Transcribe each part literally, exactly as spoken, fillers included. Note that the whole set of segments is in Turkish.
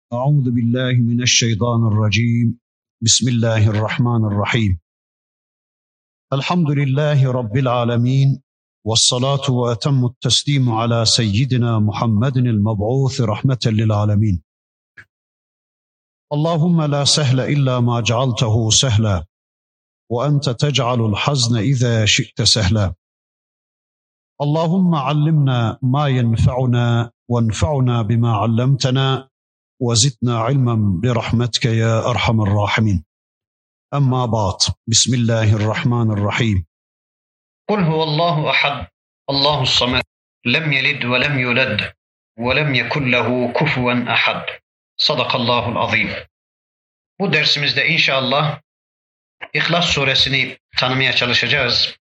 أعوذ بالله من الشيطان الرجيم بسم الله الرحمن الرحيم الحمد لله رب العالمين والصلاة وأتم التسليم على سيدنا محمد المبعوث رحمة للعالمين اللهم لا سهل إلا ما جعلته سهلا وأنت تجعل الحزن إذا شئت سهلا اللهم علمنا ما ينفعنا وانفعنا بما علمتنا وزدنا علما برحمتك يا أرحم الراحمين أما بعد بسم الله الرحمن الرحيم قل هو الله أحد الله الصمد لم يلد ولم يولد ولم يكن له كفوا أحد Sadakallahul azim. Bu dersimizde inşallah İhlas suresini tanımaya çalışacağız.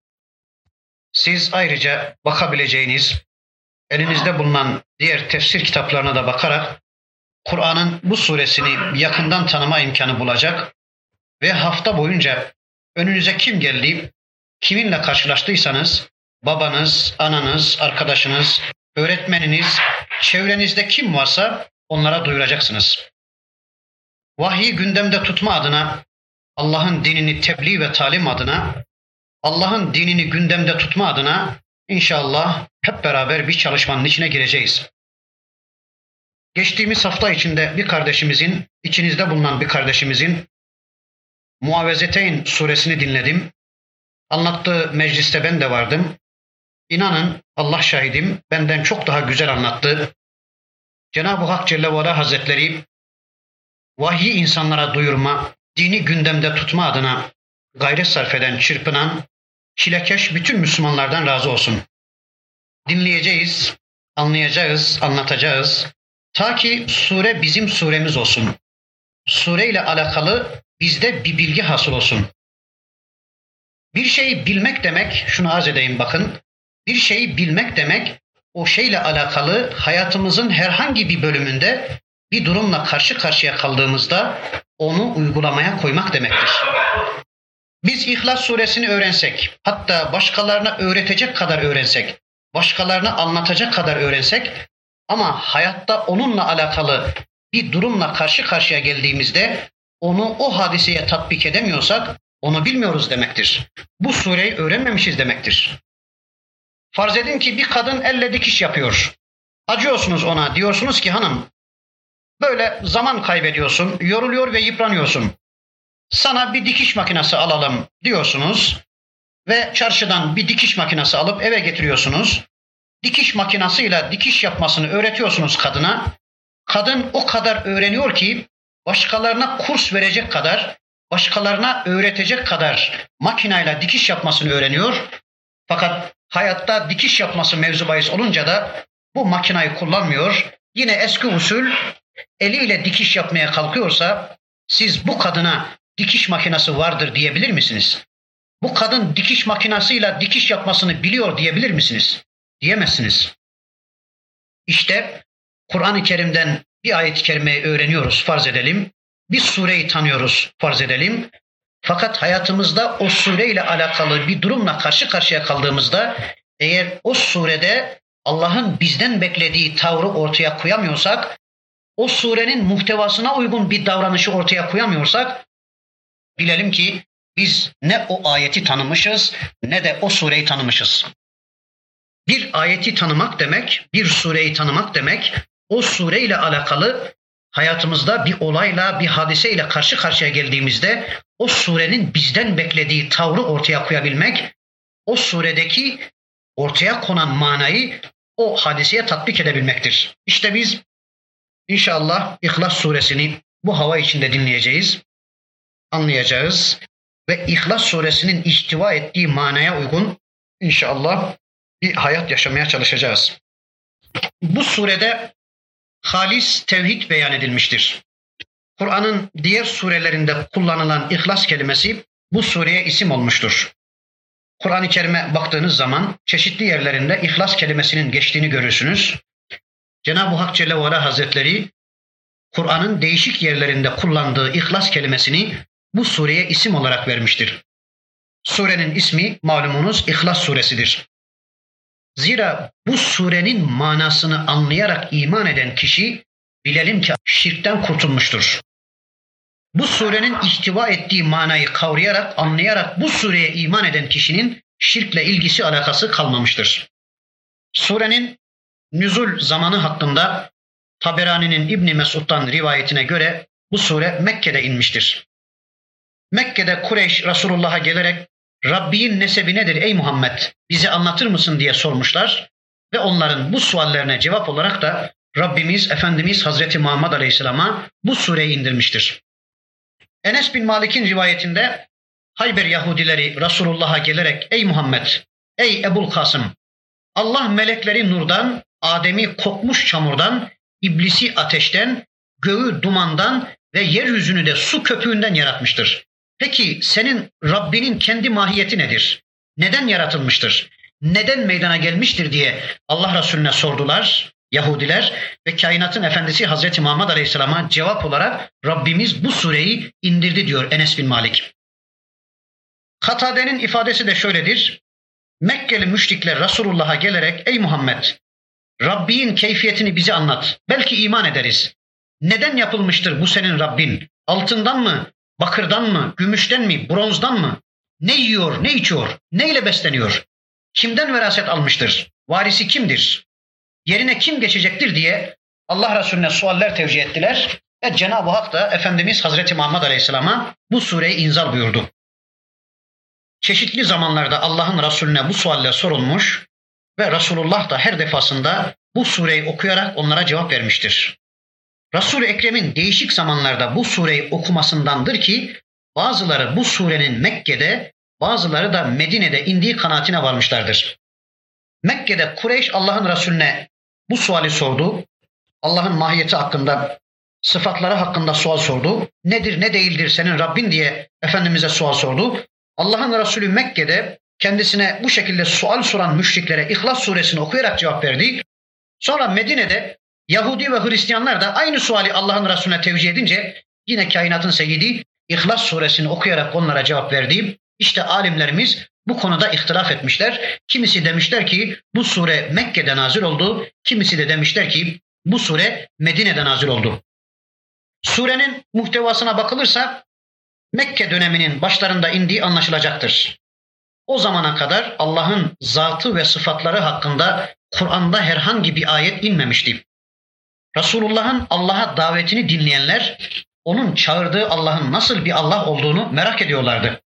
Siz ayrıca bakabileceğiniz, elinizde bulunan diğer tefsir kitaplarına da bakarak Kur'an'ın bu suresini yakından tanıma imkanı bulacak ve hafta boyunca önünüze kim geldi, kiminle karşılaştıysanız, babanız, ananız, arkadaşınız, öğretmeniniz, çevrenizde kim varsa onlara duyuracaksınız. Vahyi gündemde tutma adına, Allah'ın dinini tebliğ ve talim adına, Allah'ın dinini gündemde tutma adına inşallah hep beraber bir çalışmanın içine gireceğiz. Geçtiğimiz hafta içinde bir kardeşimizin, içinizde bulunan bir kardeşimizin Muavezeteyn suresini dinledim. Anlattığı mecliste ben de vardım. İnanın Allah şahidim, benden çok daha güzel anlattı. Cenab-ı Hak Celle ve Ala Hazretleri vahyi insanlara duyurma, dini gündemde tutma adına gayret sarf eden, çırpınan, çilekeş bütün Müslümanlardan razı olsun. Dinleyeceğiz, anlayacağız, anlatacağız. Ta ki sure bizim suremiz olsun. Sure ile alakalı bizde bir bilgi hasıl olsun. Bir şeyi bilmek demek, şunu arz edeyim bakın, bir şeyi bilmek demek, o şeyle alakalı hayatımızın herhangi bir bölümünde bir durumla karşı karşıya kaldığımızda onu uygulamaya koymak demektir. Biz İhlas suresini öğrensek, hatta başkalarına öğretecek kadar öğrensek, başkalarına anlatacak kadar öğrensek ama hayatta onunla alakalı bir durumla karşı karşıya geldiğimizde onu o hadiseye tatbik edemiyorsak onu bilmiyoruz demektir. Bu sureyi öğrenmemişiz demektir. Farz edin ki bir kadın elle dikiş yapıyor. Acıyorsunuz ona, diyorsunuz ki hanım böyle zaman kaybediyorsun, yoruluyor ve yıpranıyorsun. Sana bir dikiş makinesi alalım diyorsunuz ve çarşıdan bir dikiş makinesi alıp eve getiriyorsunuz. Dikiş makinesiyle dikiş yapmasını öğretiyorsunuz kadına. Kadın o kadar öğreniyor ki başkalarına kurs verecek kadar, başkalarına öğretecek kadar makineyle dikiş yapmasını öğreniyor. Fakat hayatta dikiş yapması mevzu bahis olunca da bu makinayı kullanmıyor. Yine eski usul eliyle dikiş yapmaya kalkıyorsa siz bu kadına dikiş makinesi vardır diyebilir misiniz? Bu kadın dikiş makinesiyle dikiş yapmasını biliyor diyebilir misiniz? Diyemezsiniz. İşte Kur'an-ı Kerim'den bir ayet-i kerimeyi öğreniyoruz, farz edelim. Bir sureyi tanıyoruz, farz edelim. Fakat hayatımızda o sureyle alakalı bir durumla karşı karşıya kaldığımızda eğer o surede Allah'ın bizden beklediği tavrı ortaya koyamıyorsak, o surenin muhtevasına uygun bir davranışı ortaya koyamıyorsak bilelim ki biz ne o ayeti tanımışız ne de o sureyi tanımışız. Bir ayeti tanımak demek, bir sureyi tanımak demek, o sureyle alakalı hayatımızda bir olayla, bir hadiseyle karşı karşıya geldiğimizde o surenin bizden beklediği tavrı ortaya koyabilmek, o suredeki ortaya konan manayı o hadiseye tatbik edebilmektir. İşte biz inşallah İhlas suresini bu hava içinde dinleyeceğiz, anlayacağız ve İhlas suresinin ihtiva ettiği manaya uygun inşallah bir hayat yaşamaya çalışacağız. Bu surede halis tevhid beyan edilmiştir. Kur'an'ın diğer surelerinde kullanılan İhlas kelimesi bu sureye isim olmuştur. Kur'an-ı Kerim'e baktığınız zaman çeşitli yerlerinde İhlas kelimesinin geçtiğini görürsünüz. Cenab-ı Hak Celle ve Ala Hazretleri Kur'an'ın değişik yerlerinde kullandığı İhlas kelimesini bu sureye isim olarak vermiştir. Surenin ismi malumunuz İhlas suresidir. Zira bu surenin manasını anlayarak iman eden kişi bilelim ki şirkten kurtulmuştur. Bu surenin ihtiva ettiği manayı kavrayarak, anlayarak bu sureye iman eden kişinin şirkle ilgisi alakası kalmamıştır. Surenin nüzul zamanı hakkında Taberani'nin İbn Mesud'dan rivayetine göre bu sure Mekke'de inmiştir. Mekke'de Kureyş Resulullah'a gelerek Rabbin nesebi nedir ey Muhammed bize anlatır mısın diye sormuşlar ve onların bu suallerine cevap olarak da Rabbimiz Efendimiz Hazreti Muhammed Aleyhisselam'a bu sureyi indirmiştir. Enes bin Malik'in rivayetinde Hayber Yahudileri Resulullah'a gelerek ey Muhammed, ey Ebul Kasım, Allah melekleri nurdan, Adem'i kokmuş çamurdan, iblisi ateşten, göğü dumandan ve yeryüzünü de su köpüğünden yaratmıştır. Peki senin Rabbinin kendi mahiyeti nedir? Neden yaratılmıştır? Neden meydana gelmiştir diye Allah Resulüne sordular Yahudiler ve kainatın efendisi Hazreti Muhammed Aleyhisselam'a cevap olarak Rabbimiz bu sureyi indirdi diyor Enes bin Malik. Katade'nin ifadesi de şöyledir. Mekkeli müşrikler Resulullah'a gelerek ey Muhammed Rabbin keyfiyetini bize anlat. Belki iman ederiz. Neden yapılmıştır bu senin Rabbin? Altından mı? Bakırdan mı? Gümüşten mi? Bronzdan mı? Ne yiyor? Ne içiyor? Neyle besleniyor? Kimden veraset almıştır? Varisi kimdir? Yerine kim geçecektir diye Allah Resulüne sualler tevcih ettiler. Ve Cenab-ı Hak da Efendimiz Hazreti Muhammed Aleyhisselam'a bu sureyi inzal buyurdu. Çeşitli zamanlarda Allah'ın Resulüne bu sualler sorulmuş ve Resulullah da her defasında bu sureyi okuyarak onlara cevap vermiştir. Resul-i Ekrem'in değişik zamanlarda bu sureyi okumasındandır ki bazıları bu surenin Mekke'de, bazıları da Medine'de indiği kanaatine varmışlardır. Mekke'de Kureyş Allah'ın Resulüne bu suali sordu. Allah'ın mahiyeti hakkında, sıfatları hakkında sual sordu. Nedir, ne değildir senin Rabbin diye Efendimiz'e sual sordu. Allah'ın Resulü Mekke'de kendisine bu şekilde sual soran müşriklere İhlas suresini okuyarak cevap verdi. Sonra Medine'de Yahudi ve Hristiyanlar da aynı suali Allah'ın Resulüne tevcih edince yine kainatın seyyidi İhlas suresini okuyarak onlara cevap verdi. İşte alimlerimiz bu konuda ihtilaf etmişler. Kimisi demişler ki bu sure Mekke'de nazil oldu. Kimisi de demişler ki bu sure Medine'de nazil oldu. Surenin muhtevasına bakılırsa Mekke döneminin başlarında indiği anlaşılacaktır. O zamana kadar Allah'ın zatı ve sıfatları hakkında Kur'an'da herhangi bir ayet inmemişti. Resulullah'ın Allah'a davetini dinleyenler onun çağırdığı Allah'ın nasıl bir Allah olduğunu merak ediyorlardı.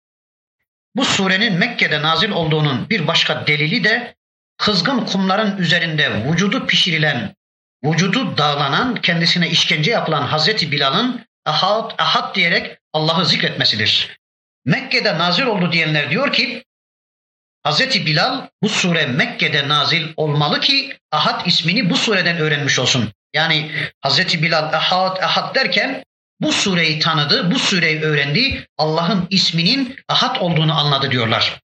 Bu surenin Mekke'de nazil olduğunun bir başka delili de kızgın kumların üzerinde vücudu pişirilen, vücudu dağlanan, kendisine işkence yapılan Hazreti Bilal'ın ahad, ahad diyerek Allah'ı zikretmesidir. Mekke'de nazil oldu diyenler diyor ki Hazreti Bilal bu sure Mekke'de nazil olmalı ki ahad ismini bu sureden öğrenmiş olsun. Yani Hazreti Bilal ahad, ahad derken bu sureyi tanıdı, bu sureyi öğrendi, Allah'ın isminin ahad olduğunu anladı diyorlar.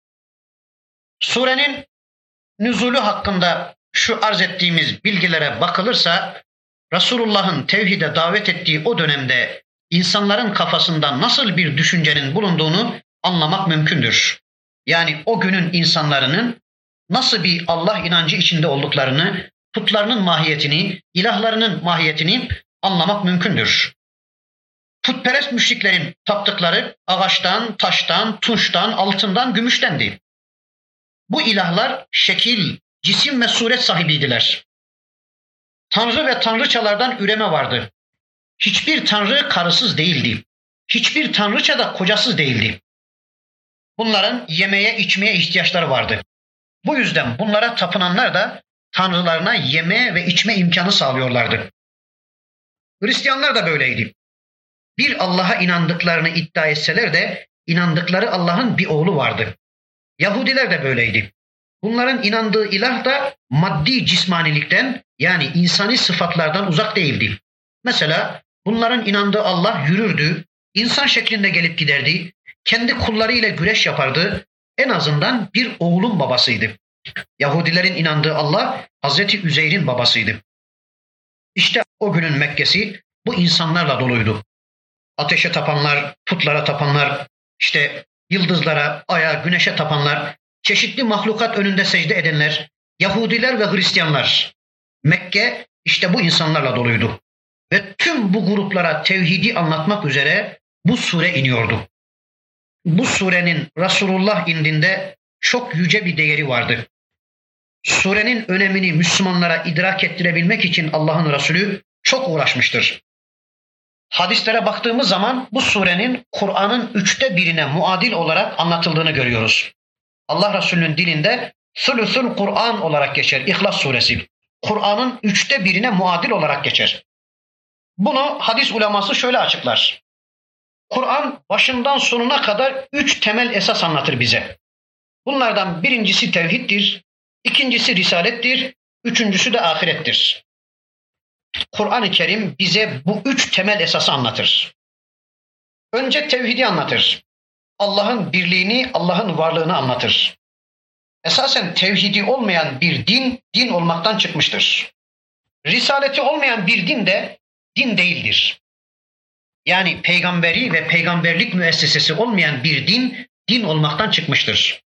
Surenin nüzulü hakkında şu arz ettiğimiz bilgilere bakılırsa Resulullah'ın tevhide davet ettiği o dönemde insanların kafasında nasıl bir düşüncenin bulunduğunu anlamak mümkündür. Yani o günün insanların nasıl bir Allah inancı içinde olduklarını, putlarının mahiyetini, ilahlarının mahiyetini anlamak mümkündür. Putperest müşriklerin taptıkları ağaçtan, taştan, tunçtan, altından, gümüştendi. Bu ilahlar şekil, cisim ve suret sahibiydiler. Tanrı ve tanrıçalardan üreme vardı. Hiçbir tanrı karısız değildi. Hiçbir tanrıça da kocasız değildi. Bunların yemeye, içmeye ihtiyaçları vardı. Bu yüzden bunlara tapınanlar da tanrılarına yeme ve içme imkanı sağlıyorlardı. Hristiyanlar da böyleydi. Bir Allah'a inandıklarını iddia etseler de inandıkları Allah'ın bir oğlu vardı. Yahudiler de böyleydi. Bunların inandığı ilah da maddi cismanilikten yani insani sıfatlardan uzak değildi. Mesela bunların inandığı Allah yürürdü, insan şeklinde gelip giderdi, kendi kullarıyla güreş yapardı, en azından bir oğlun babasıydı. Yahudilerin inandığı Allah Hazreti Üzeyr'in babasıydı. İşte o günün Mekke'si bu insanlarla doluydu. Ateşe tapanlar, putlara tapanlar, işte yıldızlara, aya, güneşe tapanlar, çeşitli mahlukat önünde secde edenler, Yahudiler ve Hristiyanlar. Mekke işte bu insanlarla doluydu. ve tüm bu gruplara tevhidi anlatmak üzere bu sure iniyordu. Bu surenin Resulullah indinde çok yüce bir değeri vardı. Surenin önemini Müslümanlara idrak ettirebilmek için Allah'ın Resulü çok uğraşmıştır. Hadislere baktığımız zaman bu surenin Kur'an'ın üçte birine muadil olarak anlatıldığını görüyoruz. Allah Resulü'nün dilinde Sülüsül Kur'an olarak geçer İhlas suresi. Kur'an'ın üçte birine muadil olarak geçer. Bunu hadis uleması şöyle açıklar. Kur'an başından sonuna kadar üç temel esas anlatır bize. Bunlardan birincisi tevhiddir, ikincisi risalettir, üçüncüsü de ahirettir. Kur'an-ı Kerim bize bu üç temel esası anlatır. Önce tevhidi anlatır. Allah'ın birliğini, Allah'ın varlığını anlatır. Esasen tevhidi olmayan bir din, din olmaktan çıkmıştır. Risaleti olmayan bir din de din değildir. Yani peygamberi ve peygamberlik müessesesi olmayan bir din, din olmaktan çıkmıştır.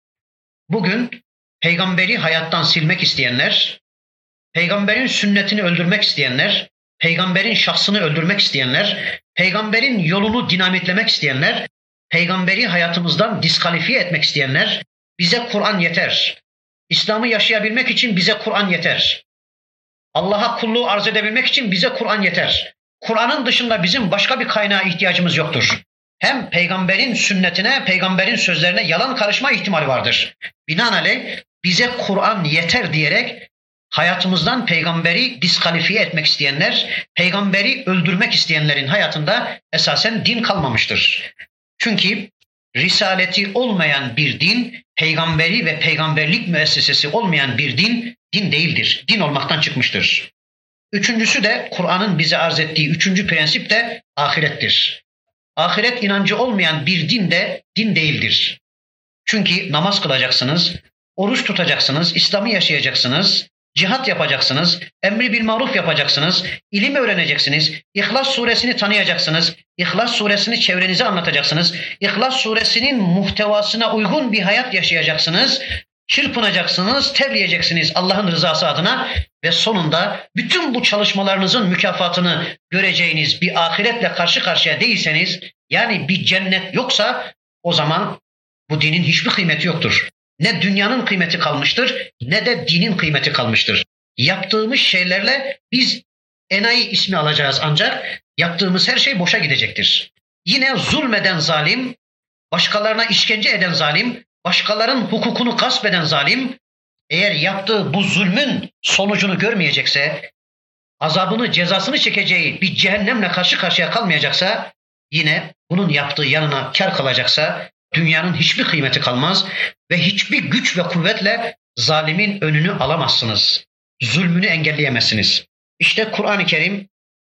Bugün peygamberi hayattan silmek isteyenler, peygamberin sünnetini öldürmek isteyenler, peygamberin şahsını öldürmek isteyenler, peygamberin yolunu dinamitlemek isteyenler, peygamberi hayatımızdan diskalifiye etmek isteyenler, bize Kur'an yeter. İslam'ı yaşayabilmek için bize Kur'an yeter. Allah'a kulluğu arz edebilmek için bize Kur'an yeter. Kur'an'ın dışında bizim başka bir kaynağa ihtiyacımız yoktur. Hem peygamberin sünnetine, peygamberin sözlerine yalan karışma ihtimali vardır. Binaenaleyh bize Kur'an yeter diyerek hayatımızdan peygamberi diskalifiye etmek isteyenler, peygamberi öldürmek isteyenlerin hayatında esasen din kalmamıştır. Çünkü risaleti olmayan bir din, peygamberi ve peygamberlik müessesesi olmayan bir din, din değildir. Din olmaktan çıkmıştır. Üçüncüsü de Kur'an'ın bize arz ettiği üçüncü prensip de ahirettir. Ahiret inancı olmayan bir din de din değildir. Çünkü namaz kılacaksınız, oruç tutacaksınız, İslam'ı yaşayacaksınız, cihat yapacaksınız, emri bil maruf yapacaksınız, ilim öğreneceksiniz, İhlas suresini tanıyacaksınız, İhlas suresini çevrenize anlatacaksınız, İhlas suresinin muhtevasına uygun bir hayat yaşayacaksınız, çırpınacaksınız, terleyeceksiniz Allah'ın rızası adına ve sonunda bütün bu çalışmalarınızın mükafatını göreceğiniz bir ahiretle karşı karşıya değilseniz, yani bir cennet yoksa o zaman bu dinin hiçbir kıymeti yoktur. Ne dünyanın kıymeti kalmıştır ne de dinin kıymeti kalmıştır. Yaptığımız şeylerle biz enayi ismi alacağız ancak yaptığımız her şey boşa gidecektir. Yine zulmeden zalim, başkalarına işkence eden zalim, başkalarının hukukunu gasp eden zalim, eğer yaptığı bu zulmün sonucunu görmeyecekse, azabını, cezasını çekeceği bir cehennemle karşı karşıya kalmayacaksa, yine bunun yaptığı yanına kar kalacaksa, dünyanın hiçbir kıymeti kalmaz ve hiçbir güç ve kuvvetle zalimin önünü alamazsınız. Zulmünü engelleyemezsiniz. İşte Kur'an-ı Kerim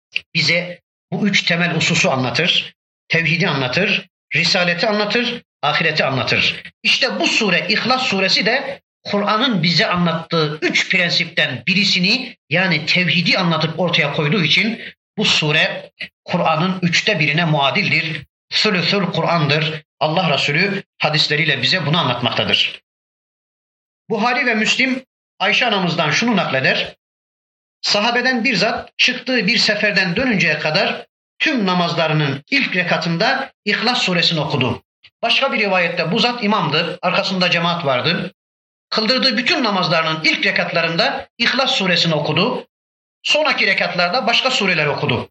bize bu üç temel hususu anlatır. Tevhidi anlatır, risaleti anlatır, ahireti anlatır. İşte bu sure, İhlas suresi de Kur'an'ın bize anlattığı üç prensipten birisini, yani tevhidi anlatıp ortaya koyduğu için bu sure Kur'an'ın üçte birine muadildir. Sülüsül Kur'an'dır. Allah Resulü hadisleriyle bize bunu anlatmaktadır. Buhari ve Müslim Ayşe anamızdan şunu nakleder. Sahabeden bir zat çıktığı bir seferden dönünceye kadar tüm namazlarının ilk rekatında İhlas suresini okudu. Başka bir rivayette bu zat imamdı, arkasında cemaat vardı. Kıldırdığı bütün namazlarının ilk rekatlarında İhlas suresini okudu. Sonraki rekatlarda başka sureler okudu.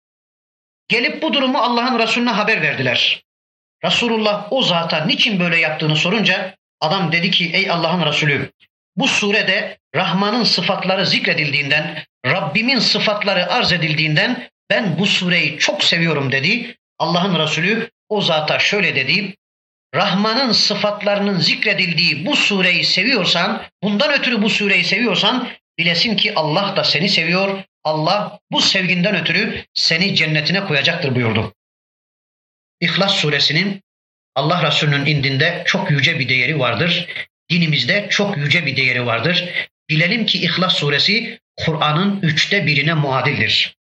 Gelip bu durumu Allah'ın Resulüne haber verdiler. Resulullah o zata niçin böyle yaptığını sorunca adam dedi ki, ey Allah'ın Resulü, bu surede Rahman'ın sıfatları zikredildiğinden, Rabbimin sıfatları arz edildiğinden ben bu sureyi çok seviyorum dedi. Allah'ın Resulü o zata şöyle dedi, Rahman'ın sıfatlarının zikredildiği bu sureyi seviyorsan, bundan ötürü bu sureyi seviyorsan bilesin ki Allah da seni seviyor. Allah bu sevginden ötürü seni cennetine koyacaktır buyurdu. İhlas suresinin Allah Resulü'nün indinde çok yüce bir değeri vardır. Dinimizde çok yüce bir değeri vardır. Bilelim ki İhlas suresi Kur'an'ın üçte birine muadildir.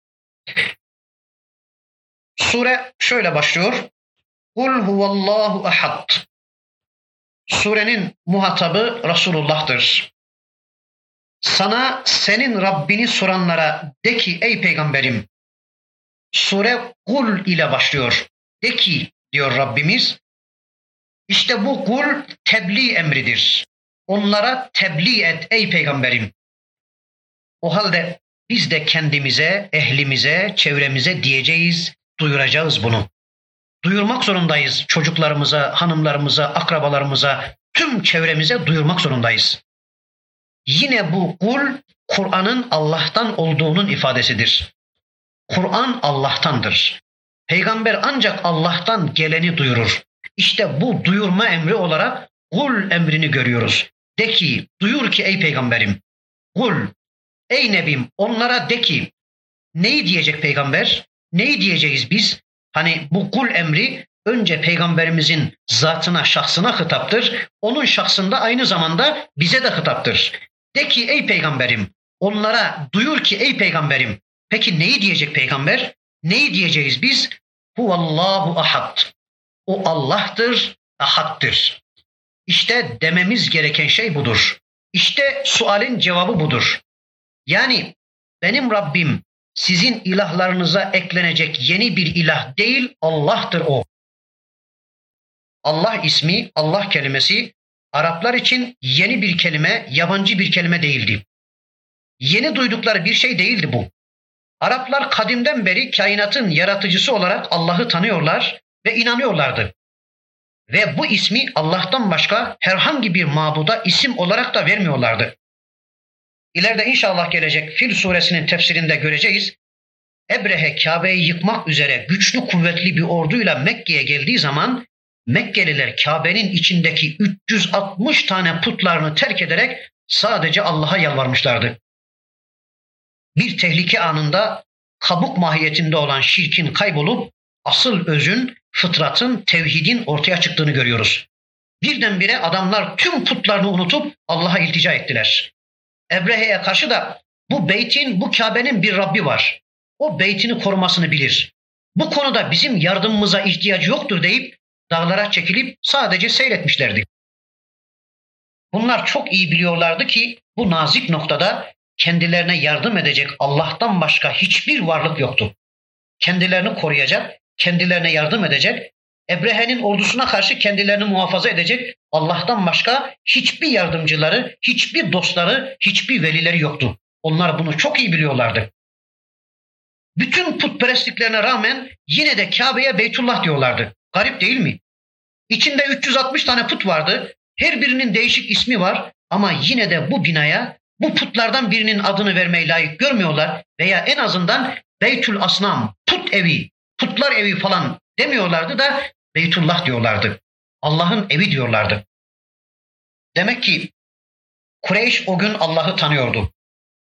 Sure şöyle başlıyor. Kul huvallahu ahad. Surenin muhatabı Resulullah'tır. Sana senin Rabbini soranlara de ki ey peygamberim, Sure kul ile başlıyor. De ki diyor Rabbimiz. İşte bu kul tebliğ emridir. Onlara tebliğ et ey peygamberim. O halde biz de kendimize, ehlimize, çevremize diyeceğiz, duyuracağız bunu. Duyurmak zorundayız çocuklarımıza, hanımlarımıza, akrabalarımıza, tüm çevremize duyurmak zorundayız. Yine bu kul, Kur'an'ın Allah'tan olduğunun ifadesidir. Kur'an Allah'tandır. Peygamber ancak Allah'tan geleni duyurur. İşte bu duyurma emri olarak kul emrini görüyoruz. De ki, duyur ki ey peygamberim, kul, ey nebim onlara de ki, neyi diyecek peygamber? Neyi diyeceğiz biz? Hani bu kul emri önce peygamberimizin zatına, şahsına hitaptır. Onun şahsında aynı zamanda bize de hitaptır. De ki ey peygamberim, onlara duyur ki ey peygamberim. Peki neyi diyecek peygamber? Neyi diyeceğiz biz? Huvallahu ahad. O Allah'tır, ahattır. İşte dememiz gereken şey budur. İşte sualin cevabı budur. Yani benim Rabbim sizin ilahlarınıza eklenecek yeni bir ilah değil, Allah'tır o. Allah ismi, Allah kelimesi Araplar için yeni bir kelime, yabancı bir kelime değildi. Yeni duydukları bir şey değildi bu. Araplar kadimden beri kainatın yaratıcısı olarak Allah'ı tanıyorlar ve inanıyorlardı. Ve bu ismi Allah'tan başka herhangi bir mabuda isim olarak da vermiyorlardı. İleride inşallah gelecek Fil suresinin tefsirinde göreceğiz. Ebrehe Kabe'yi yıkmak üzere güçlü kuvvetli bir orduyla Mekke'ye geldiği zaman Mekkeliler Kabe'nin içindeki üç yüz altmış tane putlarını terk ederek sadece Allah'a yalvarmışlardı. Bir tehlike anında kabuk mahiyetinde olan şirkin kaybolup asıl özün, fıtratın, tevhidin ortaya çıktığını görüyoruz. Birdenbire adamlar tüm putlarını unutup Allah'a iltica ettiler. Ebrehe'ye karşı da bu beytin, bu Kabe'nin bir Rabbi var. O beytini korumasını bilir. Bu konuda bizim yardımımıza ihtiyacı yoktur deyip dağlara çekilip sadece seyretmişlerdi. Bunlar çok iyi biliyorlardı ki bu nazik noktada kendilerine yardım edecek Allah'tan başka hiçbir varlık yoktu. Kendilerini koruyacak, kendilerine yardım edecek, Ebrehe'nin ordusuna karşı kendilerini muhafaza edecek Allah'tan başka hiçbir yardımcıları, hiçbir dostları, hiçbir velileri yoktu. Onlar bunu çok iyi biliyorlardı. Bütün putperestliklerine rağmen yine de Kabe'ye Beytullah diyorlardı. Garip değil mi? İçinde üç yüz altmış tane put vardı. Her birinin değişik ismi var ama yine de bu binaya bu putlardan birinin adını vermeyi layık görmüyorlar veya en azından Beytül Asnam, put evi, putlar evi falan demiyorlardı da Beytullah diyorlardı. Allah'ın evi diyorlardı. Demek ki Kureyş o gün Allah'ı tanıyordu.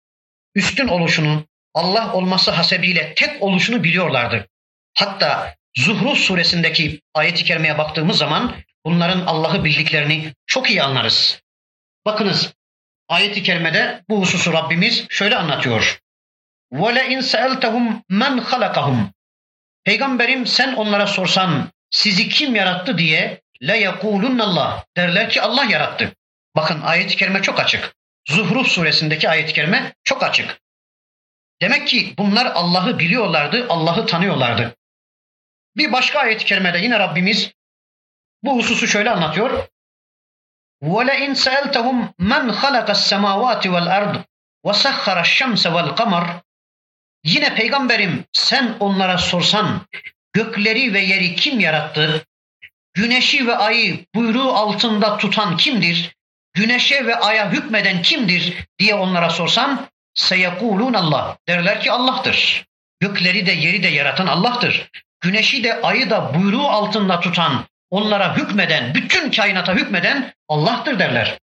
Üstün oluşunu, Allah olması hasebiyle tek oluşunu biliyorlardı. Hatta Zuhruf suresindeki ayet-i kerimeye baktığımız zaman bunların Allah'ı bildiklerini çok iyi anlarız. Bakınız ayet-i kerimede bu hususu Rabbimiz şöyle anlatıyor. وَلَاِنْ سَأَلْتَهُمْ مَنْ خَلَقَهُمْ Peygamberim sen onlara sorsan sizi kim yarattı diye لَيَقُولُنَّ اللّٰهِ derler ki Allah yarattı. Bakın ayet-i kerime çok açık. Zuhruf suresindeki ayet-i kerime çok açık. Demek ki bunlar Allah'ı biliyorlardı, Allah'ı tanıyorlardı. Bir başka ayet-i kerimede yine Rabbimiz bu hususu şöyle anlatıyor. وَلَاِنْ سَأَلْتَهُمْ مَنْ خَلَقَ السَّمَاوَاتِ وَالْأَرْضِ وَسَخَّرَ الشَّمْسَ وَالْقَمَرِ Yine peygamberim sen onlara sorsan gökleri ve yeri kim yarattı? Güneşi ve ayı buyruğu altında tutan kimdir? Güneşe ve aya hükmeden kimdir diye onlara sorsan seyekulun Allah derler ki Allah'tır. Gökleri de yeri de yaratan Allah'tır. Güneşi de ayı da buyruğu altında tutan, onlara hükmeden, bütün kainata hükmeden Allah'tır derler.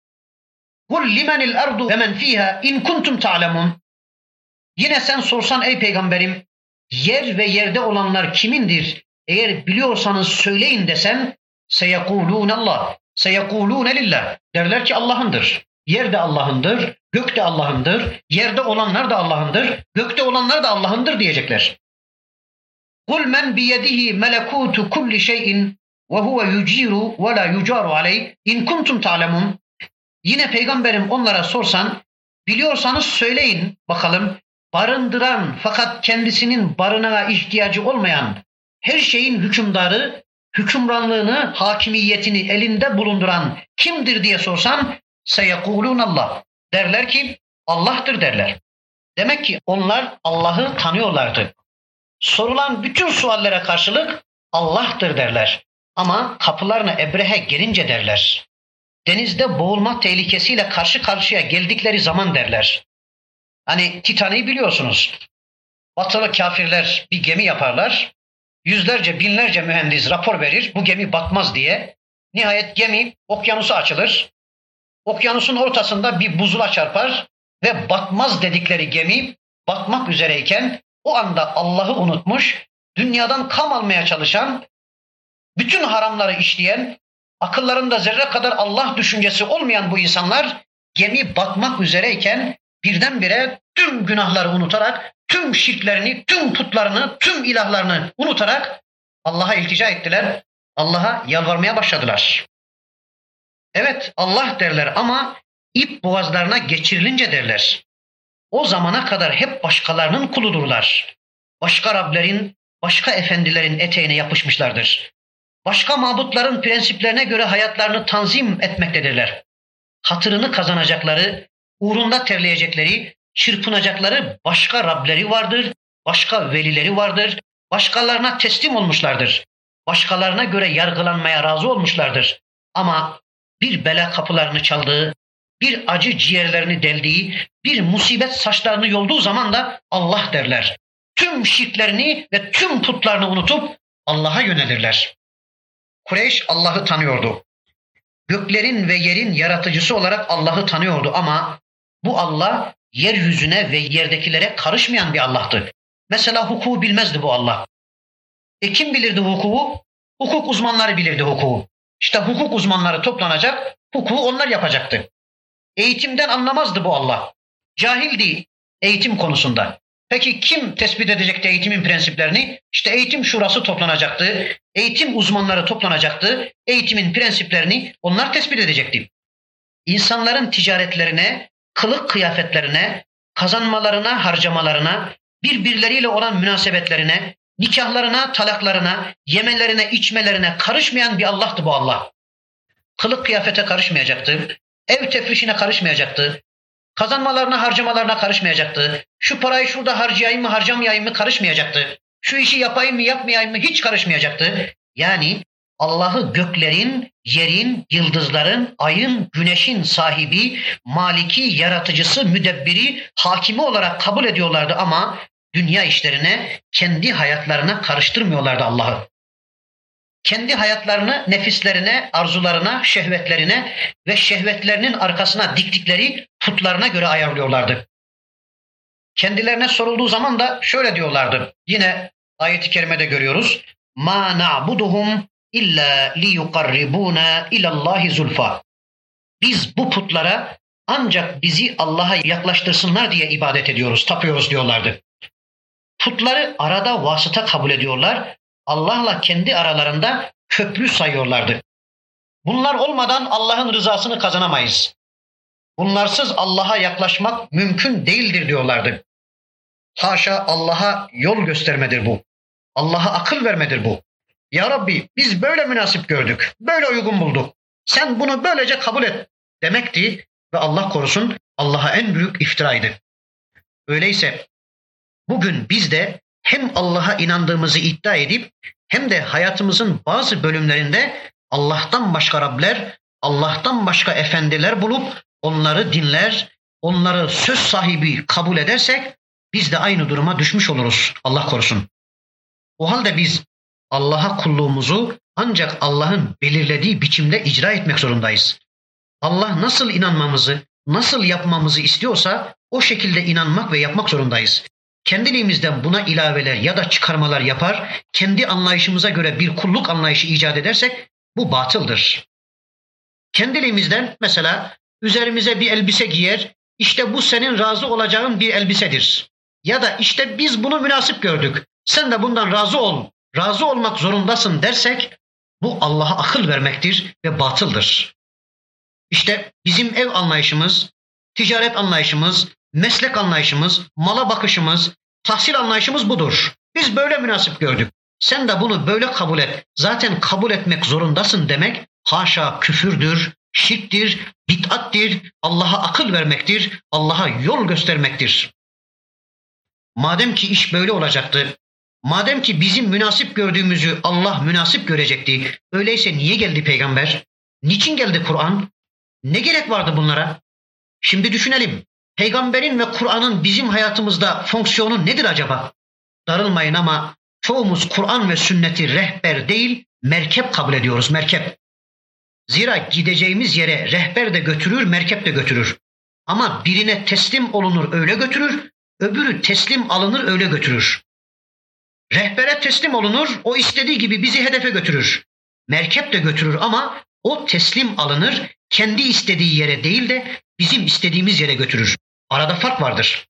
Kul limenil ardu ve men fiha in kuntum ta'lemun. Yine sen sorsan ey peygamberim, yer ve yerde olanlar kimindir? Eğer biliyorsanız söyleyin desen, seyekulun Allah, seyekulun lillah. Derler ki Allah'ındır. Yer de Allah'ındır, gök de Allah'ındır, yerde olanlar da Allah'ındır, gökte olanlar da Allah'ındır diyecekler. Kul men biyedihi melekutu kulli şeyin ve huve yuciru ve la yucaru aleyh in kuntum ta'lemun. Yine peygamberim onlara sorsan, biliyorsanız söyleyin bakalım barındıran fakat kendisinin barınağa ihtiyacı olmayan her şeyin hükümdarı, hükümranlığını, hakimiyetini elinde bulunduran kimdir diye sorsan seyekulûn Allah. Derler ki Allah'tır derler. Demek ki onlar Allah'ı tanıyorlardı. Sorulan bütün suallere karşılık Allah'tır derler. Ama kapılarına Ebrehe gelince derler. Denizde boğulma tehlikesiyle karşı karşıya geldikleri zaman derler. Hani Titanik'i biliyorsunuz. Batılı kafirler bir gemi yaparlar. Yüzlerce, binlerce mühendis rapor verir. Bu gemi batmaz diye. Nihayet gemi okyanusa açılır. Okyanusun ortasında bir buzula çarpar ve batmaz dedikleri gemi batmak üzereyken o anda Allah'ı unutmuş, dünyadan kam almaya çalışan, bütün haramları işleyen, akıllarında zerre kadar Allah düşüncesi olmayan bu insanlar gemi batmak üzereyken birdenbire tüm günahları unutarak, tüm şirklerini, tüm putlarını, tüm ilahlarını unutarak Allah'a iltica ettiler. Allah'a yalvarmaya başladılar. Evet Allah derler ama ip boğazlarına geçirilince derler. O zamana kadar hep başkalarının kuludurlar. Başka Rablerin, başka efendilerin eteğine yapışmışlardır. Başka mabutların prensiplerine göre hayatlarını tanzim etmektedirler. Hatırını kazanacakları, uğrunda terleyecekleri, çırpınacakları başka Rableri vardır, başka velileri vardır, başkalarına teslim olmuşlardır. Başkalarına göre yargılanmaya razı olmuşlardır. Ama bir bela kapılarını çaldığı, bir acı ciğerlerini deldiği, bir musibet saçlarını yolduğu zaman da Allah derler. Tüm şirklerini ve tüm putlarını unutup Allah'a yönelirler. Kureyş Allah'ı tanıyordu. Göklerin ve yerin yaratıcısı olarak Allah'ı tanıyordu ama bu Allah yeryüzüne ve yerdekilere karışmayan bir Allah'tı. Mesela hukuku bilmezdi bu Allah. E kim bilirdi hukuku? Hukuk uzmanları bilirdi hukuku. İşte hukuk uzmanları toplanacak, hukuku onlar yapacaktı. Eğitimden anlamazdı bu Allah. Cahildi eğitim konusunda. Peki kim tespit edecekti eğitimin prensiplerini? İşte eğitim şurası toplanacaktı, eğitim uzmanları toplanacaktı, eğitimin prensiplerini onlar tespit edecekti. İnsanların ticaretlerine, kılık kıyafetlerine, kazanmalarına, harcamalarına, birbirleriyle olan münasebetlerine, nikahlarına, talaklarına, yemelerine, içmelerine karışmayan bir Allah'tı bu Allah. Kılık kıyafete karışmayacaktı, ev tefrişine karışmayacaktı, kazanmalarına, harcamalarına karışmayacaktı. Şu parayı şurada harcayayım mı, harcamayayım mı karışmayacaktı. Şu işi yapayım mı, yapmayayım mı hiç karışmayacaktı. Yani Allah'ı göklerin, yerin, yıldızların, ayın, güneşin sahibi, maliki, yaratıcısı, müdebbiri, hakimi olarak kabul ediyorlardı ama dünya işlerine, kendi hayatlarına karıştırmıyorlardı Allah'ı. Kendi hayatlarını nefislerine, arzularına, şehvetlerine ve şehvetlerinin arkasına diktikleri putlarına göre ayarlıyorlardı. Kendilerine sorulduğu zaman da şöyle diyorlardı. Yine ayet-i kerimede görüyoruz. Ma na'buduhum illa liyuqarribuna ilallahi zulfa. Biz bu putlara ancak bizi Allah'a yaklaştırsınlar diye ibadet ediyoruz, tapıyoruz diyorlardı. Putları arada vasıta kabul ediyorlar. Allah'la kendi aralarında köprü sayıyorlardı. Bunlar olmadan Allah'ın rızasını kazanamayız. Bunlarsız Allah'a yaklaşmak mümkün değildir diyorlardı. Haşa, Allah'a yol göstermedir bu. Allah'a akıl vermedir bu. Ya Rabbi biz böyle münasip gördük, böyle uygun bulduk. Sen bunu böylece kabul et demekti ve Allah korusun Allah'a en büyük iftiraydı. Öyleyse bugün biz de hem Allah'a inandığımızı iddia edip hem de hayatımızın bazı bölümlerinde Allah'tan başka Rabler, Allah'tan başka efendiler bulup onları dinler, onları söz sahibi kabul edersek biz de aynı duruma düşmüş oluruz. Allah korusun. O halde biz Allah'a kulluğumuzu ancak Allah'ın belirlediği biçimde icra etmek zorundayız. Allah nasıl inanmamızı, nasıl yapmamızı istiyorsa o şekilde inanmak ve yapmak zorundayız. Kendiliğimizden buna ilaveler ya da çıkarmalar yapar, kendi anlayışımıza göre bir kulluk anlayışı icat edersek bu batıldır. Kendiliğimizden mesela üzerimize bir elbise giyer, işte bu senin razı olacağın bir elbisedir. Ya da işte biz bunu münasip gördük, sen de bundan razı ol, razı olmak zorundasın dersek bu Allah'a akıl vermektir ve batıldır. İşte bizim ev anlayışımız, ticaret anlayışımız, meslek anlayışımız, mala bakışımız, tahsil anlayışımız budur. Biz böyle münasip gördük. Sen de bunu böyle kabul et. Zaten kabul etmek zorundasın demek haşa küfürdür, şirktir, bid'attir, Allah'a akıl vermektir, Allah'a yol göstermektir. Madem ki iş böyle olacaktı, madem ki bizim münasip gördüğümüzü Allah münasip görecekti, öyleyse niye geldi peygamber? Niçin geldi Kur'an? Ne gerek vardı bunlara? Şimdi düşünelim. Peygamberin ve Kur'an'ın bizim hayatımızda fonksiyonu nedir acaba? Darılmayın ama çoğumuz Kur'an ve sünneti rehber değil, merkep kabul ediyoruz, merkep. Zira gideceğimiz yere rehber de götürür, merkep de götürür. Ama birine teslim olunur öyle götürür, öbürü teslim alınır öyle götürür. Rehbere teslim olunur, o istediği gibi bizi hedefe götürür. Merkep de götürür ama o teslim alınır, kendi istediği yere değil de bizim istediğimiz yere götürür. Arada fark vardır.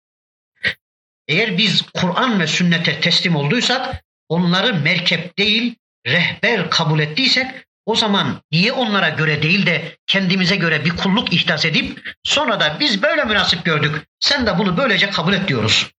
Eğer biz Kur'an ve sünnete teslim olduysak, onları merkep değil, rehber kabul ettiysek, o zaman niye onlara göre değil de kendimize göre bir kulluk ihdas edip sonra da biz böyle münasip gördük, sen de bunu böylece kabul et diyoruz.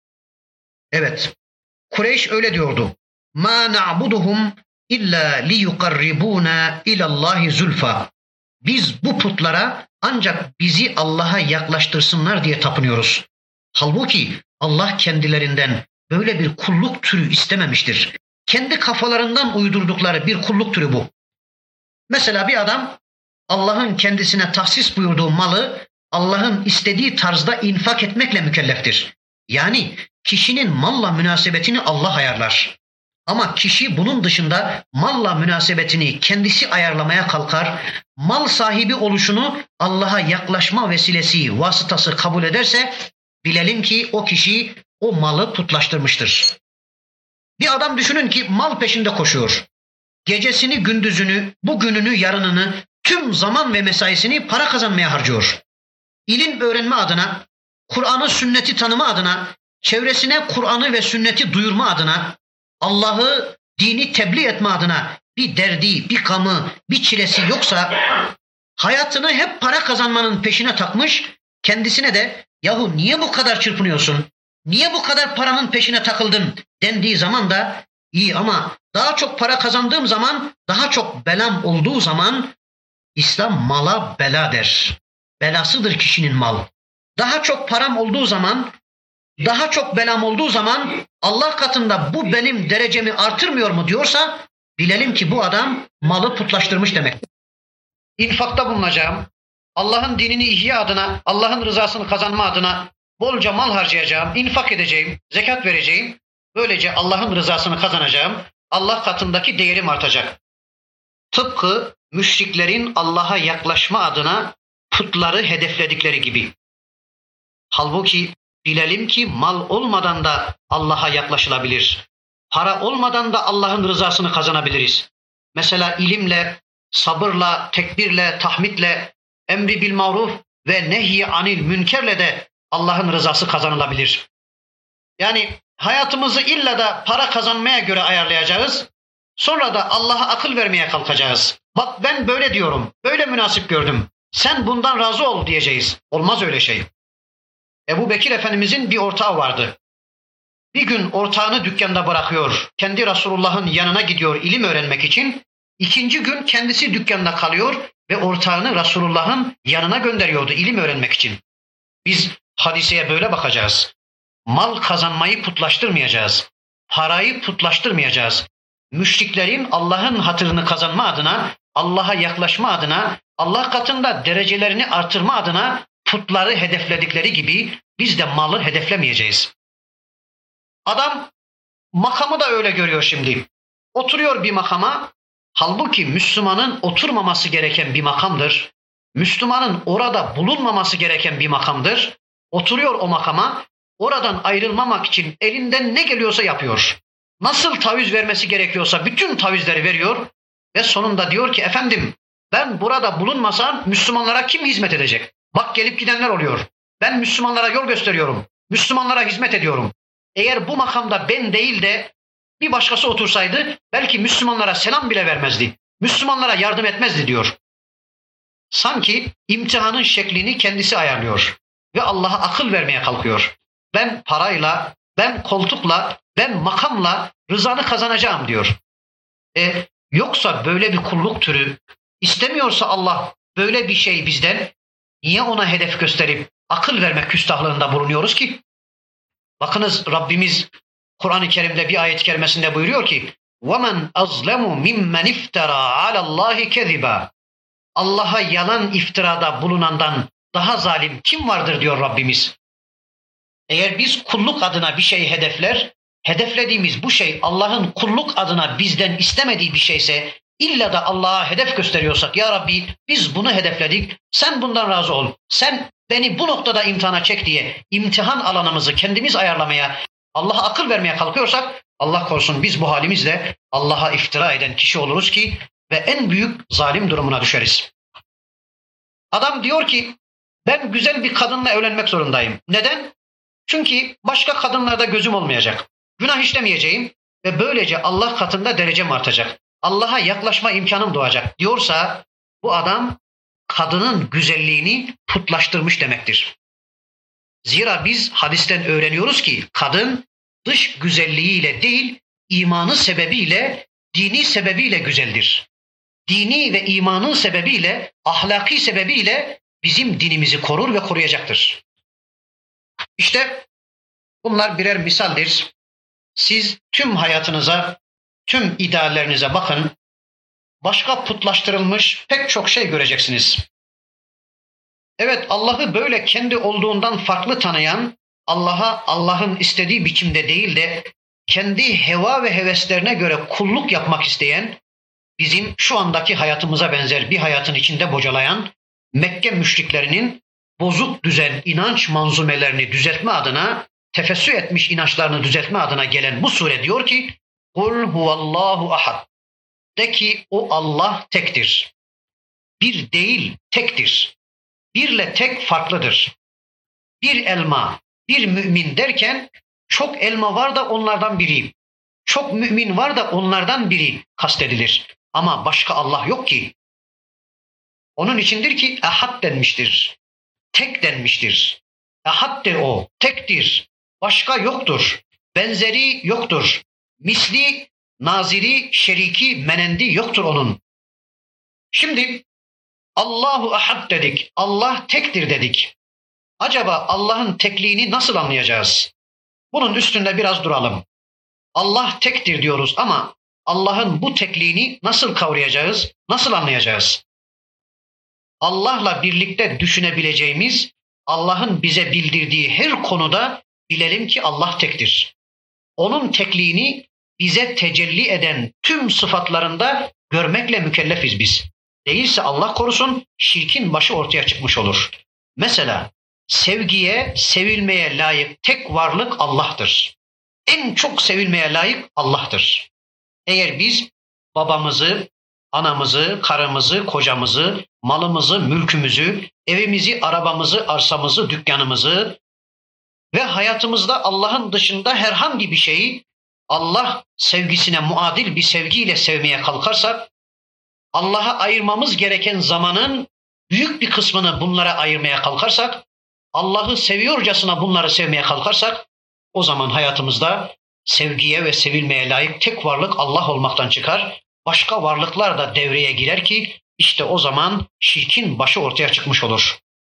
Evet, Kureyş öyle diyordu. مَا نَعْبُدُهُمْ اِلَّا لِيُقَرِّبُونَ اِلَى اللّٰهِ زُلْفَى. Biz bu putlara ancak bizi Allah'a yaklaştırsınlar diye tapınıyoruz. Halbuki Allah kendilerinden böyle bir kulluk türü istememiştir. Kendi kafalarından uydurdukları bir kulluk türü bu. Mesela bir adam Allah'ın kendisine tahsis buyurduğu malı Allah'ın istediği tarzda infak etmekle mükelleftir. Yani kişinin malla münasebetini Allah ayarlar. Ama kişi bunun dışında malla münasebetini kendisi ayarlamaya kalkar, mal sahibi oluşunu Allah'a yaklaşma vesilesi, vasıtası kabul ederse bilelim ki o kişi o malı putlaştırmıştır. Bir adam düşünün ki mal peşinde koşuyor. Gecesini, gündüzünü, bugününü, yarınını, tüm zaman ve mesaisini para kazanmaya harcıyor. İlim öğrenme adına, Kur'an'ı, sünneti tanıma adına, çevresine Kur'an'ı ve sünneti duyurma adına, Allah'ı, dini tebliğ etme adına bir derdi, bir kamı, bir çilesi yoksa hayatını hep para kazanmanın peşine takmış, kendisine de yahu niye bu kadar çırpınıyorsun, niye bu kadar paranın peşine takıldın dendiği zaman da iyi ama daha çok para kazandığım zaman, daha çok belam olduğu zaman İslam mala bela der. Belasıdır kişinin mal. Daha çok param olduğu zaman, daha çok belam olduğu zaman Allah katında bu benim derecemi artırmıyor mu diyorsa bilelim ki bu adam malı putlaştırmış demek. İnfakta bulunacağım, Allah'ın dinini ihya adına, Allah'ın rızasını kazanma adına bolca mal harcayacağım, infak edeceğim, zekat vereceğim. Böylece Allah'ın rızasını kazanacağım, Allah katındaki değerim artacak. Tıpkı müşriklerin Allah'a yaklaşma adına putları hedefledikleri gibi. Halbuki bilelim ki mal olmadan da Allah'a yaklaşılabilir. Para olmadan da Allah'ın rızasını kazanabiliriz. Mesela ilimle, sabırla, tekbirle, tahmidle, emri bil maruf ve nehy anil münkerle de Allah'ın rızası kazanılabilir. Yani hayatımızı illa da para kazanmaya göre ayarlayacağız. Sonra da Allah'a akıl vermeye kalkacağız. Bak ben böyle diyorum, böyle münasip gördüm. Sen bundan razı ol diyeceğiz. Olmaz öyle şey. Ebu Bekir Efendimizin bir ortağı vardı. Bir gün ortağını dükkanda bırakıyor. Kendi Resulullah'ın yanına gidiyor ilim öğrenmek için. İkinci gün kendisi dükkanda kalıyor ve ortağını Resulullah'ın yanına gönderiyordu ilim öğrenmek için. Biz hadiseye böyle bakacağız. Mal kazanmayı putlaştırmayacağız. Parayı putlaştırmayacağız. Müşriklerin Allah'ın hatırını kazanma adına, Allah'a yaklaşma adına, Allah katında derecelerini artırma adına putları hedefledikleri gibi biz de malı hedeflemeyeceğiz. Adam makamı da öyle görüyor şimdi. Oturuyor bir makama, halbuki Müslümanın oturmaması gereken bir makamdır. Müslümanın orada bulunmaması gereken bir makamdır. Oturuyor o makama, oradan ayrılmamak için elinden ne geliyorsa yapıyor. Nasıl taviz vermesi gerekiyorsa bütün tavizleri veriyor ve sonunda diyor ki efendim ben burada bulunmasam Müslümanlara kim hizmet edecek? Bak gelip gidenler oluyor. Ben Müslümanlara yol gösteriyorum. Müslümanlara hizmet ediyorum. Eğer bu makamda ben değil de bir başkası otursaydı belki Müslümanlara selam bile vermezdi. Müslümanlara yardım etmezdi diyor. Sanki imtihanın şeklini kendisi ayarlıyor. ve Allah'a akıl vermeye kalkıyor. Ben parayla, ben koltukla, ben makamla rızanı kazanacağım diyor. E, yoksa böyle bir kulluk türü istemiyorsa Allah böyle bir şey bizden, niye ona hedef gösterip akıl vermek küstahlığında bulunuyoruz ki? Bakınız Rabbimiz Kur'an-ı Kerim'de bir ayet-i kerimesinde buyuruyor ki وَمَنْ أَظْلَمُ مِمَّنْ اِفْتَرَى عَلَى اللّٰهِ كَذِبًا Allah'a yalan iftirada bulunandan daha zalim kim vardır diyor Rabbimiz. Eğer biz kulluk adına bir şey hedefler, hedeflediğimiz bu şey Allah'ın kulluk adına bizden istemediği bir şeyse, illa da Allah'a hedef gösteriyorsak, ya Rabbi biz bunu hedefledik, sen bundan razı ol, sen beni bu noktada imtihana çek diye imtihan alanımızı kendimiz ayarlamaya, Allah'a akıl vermeye kalkıyorsak, Allah korusun biz bu halimizle Allah'a iftira eden kişi oluruz ki ve en büyük zalim durumuna düşeriz. Adam diyor ki ben güzel bir kadınla evlenmek zorundayım. Neden? Çünkü başka kadınlarda gözüm olmayacak. Günah işlemeyeceğim ve böylece Allah katında derecem artacak. Allah'a yaklaşma imkanım doğacak diyorsa bu adam kadının güzelliğini putlaştırmış demektir. Zira biz hadisten öğreniyoruz ki kadın dış güzelliğiyle değil, imanı sebebiyle, dini sebebiyle güzeldir. Dini ve imanın sebebiyle, ahlaki sebebiyle bizim dinimizi korur ve koruyacaktır. İşte bunlar birer misaldir. Siz tüm hayatınıza, tüm ideallerinize bakın. Başka putlaştırılmış pek çok şey göreceksiniz. Evet, Allah'ı böyle kendi olduğundan farklı tanıyan, Allah'a Allah'ın istediği biçimde değil de kendi heva ve heveslerine göre kulluk yapmak isteyen, bizim şu andaki hayatımıza benzer bir hayatın içinde bocalayan Mekke müşriklerinin bozuk düzen inanç manzumelerini düzeltme adına, tefessü etmiş inançlarını düzeltme adına gelen bu sure diyor ki Kul huvallahu ahad. De ki o Allah tektir. Bir değil, tektir. Birle tek farklıdır. Bir elma, bir mümin derken çok elma var da onlardan biri. Çok mümin var da onlardan biri kastedilir. Ama başka Allah yok ki. Onun içindir ki ahad denmiştir. Tek denmiştir. Ahaddir o, tektir. Başka yoktur. Benzeri yoktur. Misli, naziri, şeriki, menendi yoktur onun. Şimdi Allahu ahad dedik. Allah tektir dedik. Acaba Allah'ın tekliğini nasıl anlayacağız? Bunun üstünde biraz duralım. Allah tektir diyoruz ama Allah'ın bu tekliğini nasıl kavrayacağız? Nasıl anlayacağız? Allah'la birlikte düşünebileceğimiz, Allah'ın bize bildirdiği her konuda bilelim ki Allah tektir. Onun tekliğini bize tecelli eden tüm sıfatlarında görmekle mükellefiz biz. Değilse Allah korusun şirkin başı ortaya çıkmış olur. Mesela sevgiye, sevilmeye layık tek varlık Allah'tır. En çok sevilmeye layık Allah'tır. Eğer biz babamızı, anamızı, karımızı, kocamızı, malımızı, mülkümüzü, evimizi, arabamızı, arsamızı, dükkanımızı ve hayatımızda Allah'ın dışında herhangi bir şeyi Allah sevgisine muadil bir sevgiyle sevmeye kalkarsak, Allah'a ayırmamız gereken zamanın büyük bir kısmını bunlara ayırmaya kalkarsak, Allah'ı seviyorcasına bunları sevmeye kalkarsak, o zaman hayatımızda sevgiye ve sevilmeye layık tek varlık Allah olmaktan çıkar. Başka varlıklar da devreye girer ki işte o zaman şirkin başı ortaya çıkmış olur.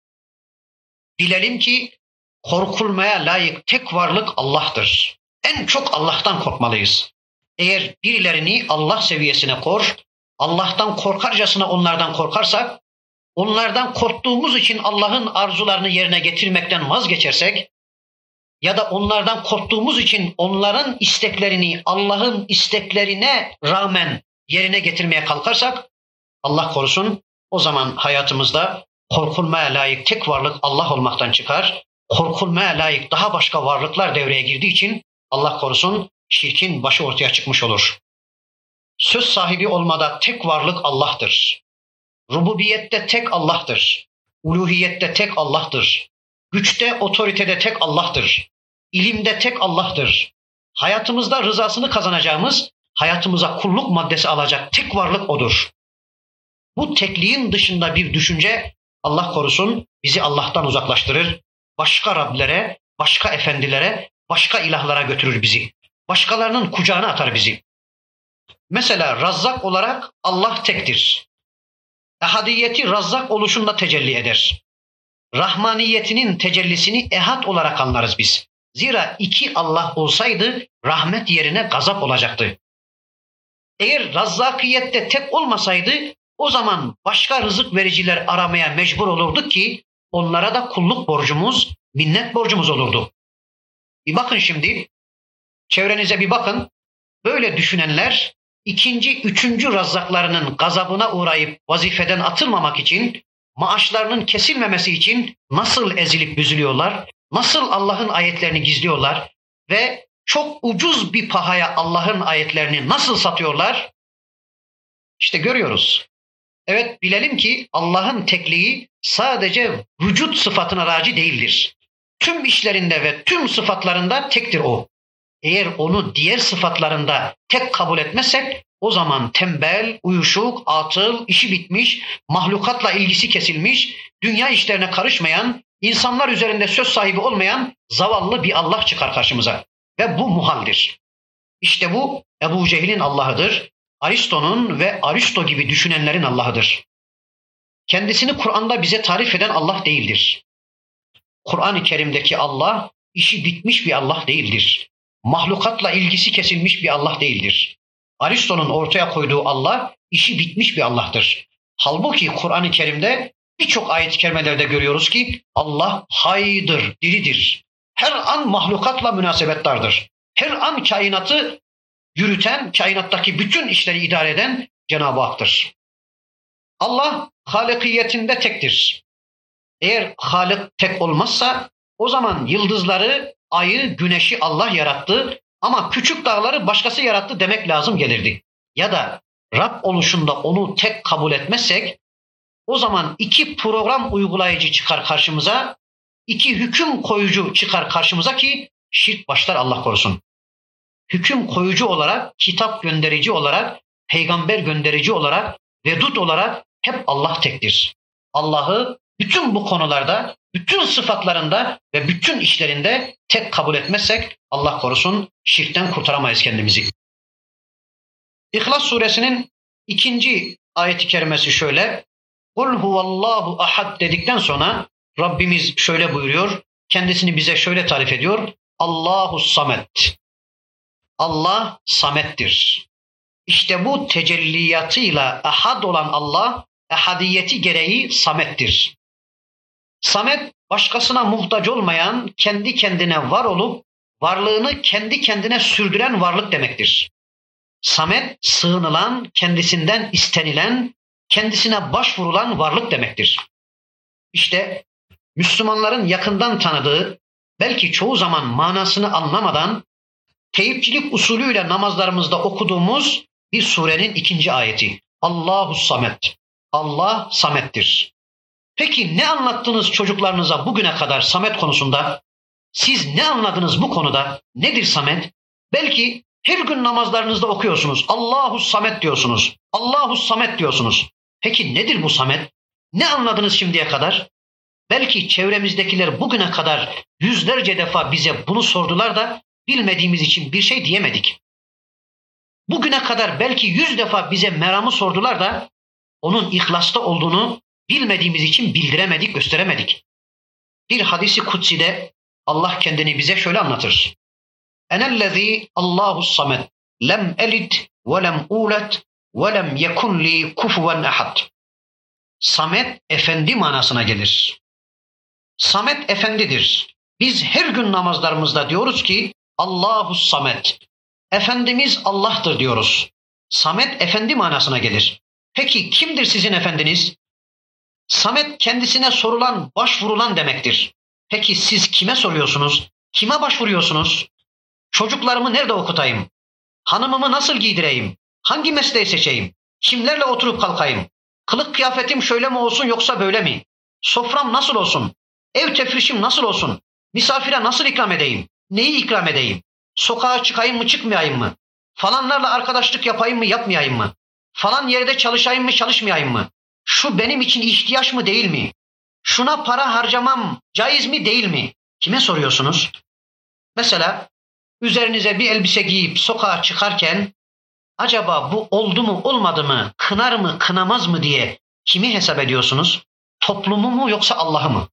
Bilelim ki korkulmaya layık tek varlık Allah'tır. En çok Allah'tan korkmalıyız. Eğer birilerini Allah seviyesine kor, Allah'tan korkarcasına onlardan korkarsak, onlardan korktuğumuz için Allah'ın arzularını yerine getirmekten vazgeçersek ya da onlardan korktuğumuz için onların isteklerini Allah'ın isteklerine rağmen yerine getirmeye kalkarsak, Allah korusun o zaman hayatımızda korkulmaya layık tek varlık Allah olmaktan çıkar. Korkulmaya layık daha başka varlıklar devreye girdiği için Allah korusun şirkin başı ortaya çıkmış olur. Söz sahibi olmada tek varlık Allah'tır. Rububiyette tek Allah'tır. Uluhiyette tek Allah'tır. Güçte, otoritede tek Allah'tır. İlimde tek Allah'tır. Hayatımızda rızasını kazanacağımız, hayatımıza kulluk maddesi alacak tek varlık O'dur. Bu tekliğin dışında bir düşünce Allah korusun bizi Allah'tan uzaklaştırır. başka Rablere, başka efendilere, başka ilahlara götürür bizi. Başkalarının kucağına atar bizi. Mesela Razzak olarak Allah tektir. Ehadiyeti Razzak oluşunda tecelli eder. Rahmaniyetinin tecellisini ehad olarak anlarız biz. Zira iki Allah olsaydı rahmet yerine gazap olacaktı. Eğer Razzakiyette tek olmasaydı o zaman başka rızık vericiler aramaya mecbur olurduk ki onlara da kulluk borcumuz, minnet borcumuz olurdu. Bir bakın şimdi, çevrenize bir bakın. Böyle düşünenler ikinci, üçüncü razzaklarının gazabına uğrayıp vazifeden atılmamak için, maaşlarının kesilmemesi için nasıl ezilip büzülüyorlar, nasıl Allah'ın ayetlerini gizliyorlar ve çok ucuz bir pahaya Allah'ın ayetlerini nasıl satıyorlar? İşte görüyoruz. Evet, bilelim ki Allah'ın tekliği sadece vücut sıfatına raci değildir. Tüm işlerinde ve tüm sıfatlarında tektir o. Eğer onu diğer sıfatlarında tek kabul etmezsek o zaman tembel, uyuşuk, atıl, işi bitmiş, mahlukatla ilgisi kesilmiş, dünya işlerine karışmayan, insanlar üzerinde söz sahibi olmayan zavallı bir Allah çıkar karşımıza. Ve bu muhaldir. İşte bu Ebu Cehil'in Allah'ıdır. Aristo'nun ve Aristo gibi düşünenlerin Allah'ıdır. Kendisini Kur'an'da bize tarif eden Allah değildir. Kur'an-ı Kerim'deki Allah işi bitmiş bir Allah değildir. Mahlukatla ilgisi kesilmiş bir Allah değildir. Aristo'nun ortaya koyduğu Allah işi bitmiş bir Allah'tır. Halbuki Kur'an-ı Kerim'de birçok ayet-i kerimelerde görüyoruz ki Allah haydır, diridir. Her an mahlukatla münasebettardır. Her an kainatı yürüten, kainattaki bütün işleri idare eden Cenab-ı Hak'tır. Allah halikiyetinde tektir. Eğer Halik tek olmazsa o zaman yıldızları, ayı, güneşi Allah yarattı ama küçük dağları başkası yarattı demek lazım gelirdi. Ya da Rab oluşunda onu tek kabul etmezsek o zaman iki program uygulayıcı çıkar karşımıza, iki hüküm koyucu çıkar karşımıza ki şirk başlar, Allah korusun. Hüküm koyucu olarak, kitap gönderici olarak, peygamber gönderici olarak, vedud olarak hep Allah tektir. Allah'ı bütün bu konularda, bütün sıfatlarında ve bütün işlerinde tek kabul etmezsek Allah korusun şirkten kurtaramayız kendimizi. İhlas suresinin ikinci ayeti kerimesi şöyle. Kul huvallahu ahad dedikten sonra Rabbimiz şöyle buyuruyor. Kendisini bize şöyle tarif ediyor. Allahu samet. Allah samettir. İşte bu tecelliyatıyla ahad olan Allah, ehadiyeti gereği samettir. Samet, başkasına muhtaç olmayan, kendi kendine var olup, varlığını kendi kendine sürdüren varlık demektir. Samet, sığınılan, kendisinden istenilen, kendisine başvurulan varlık demektir. İşte Müslümanların yakından tanıdığı, belki çoğu zaman manasını anlamadan, teyipçilik usulüyle namazlarımızda okuduğumuz bir surenin ikinci ayeti. Allahu samet. Allah samettir. Peki ne anlattınız çocuklarınıza bugüne kadar samet konusunda? Siz ne anladınız bu konuda? Nedir samet? Belki her gün namazlarınızda okuyorsunuz. Allahu samet diyorsunuz. Allahu samet diyorsunuz. Peki nedir bu samet? Ne anladınız şimdiye kadar? Belki çevremizdekiler bugüne kadar yüzlerce defa bize bunu sordular da bilmediğimiz için bir şey diyemedik. Bugüne kadar belki yüz defa bize meramı sordular da onun ihlasta olduğunu bilmediğimiz için bildiremedik, gösteremedik. Bir hadisi kutside Allah kendini bize şöyle anlatır. Enellezî Allahu samet lem elid ve lem ulet ve lem yekun li kufuven ehad. Samet efendi manasına gelir. Samet efendidir. Biz her gün namazlarımızda diyoruz ki Allahu samet. Efendimiz Allah'tır diyoruz. Samet efendi manasına gelir. Peki kimdir sizin efendiniz? Samet kendisine sorulan, başvurulan demektir. Peki siz kime soruyorsunuz? Kime başvuruyorsunuz? Çocuklarımı nerede okutayım? Hanımımı nasıl giydireyim? Hangi mesleği seçeyim? Kimlerle oturup kalkayım? Kılık kıyafetim şöyle mi olsun yoksa böyle mi? Sofram nasıl olsun? Ev tefrişim nasıl olsun? Misafire nasıl ikram edeyim? Neyi ikram edeyim? Sokağa çıkayım mı çıkmayayım mı? Falanlarla arkadaşlık yapayım mı yapmayayım mı? Falan yerde çalışayım mı çalışmayayım mı? Şu benim için ihtiyaç mı değil mi? şuna para harcamam caiz mi değil mi? Kime soruyorsunuz? Mesela üzerinize bir elbise giyip sokağa çıkarken acaba bu oldu mu olmadı mı, kınar mı kınamaz mı diye kimi hesap ediyorsunuz? Toplumu mu yoksa Allah'ı mı?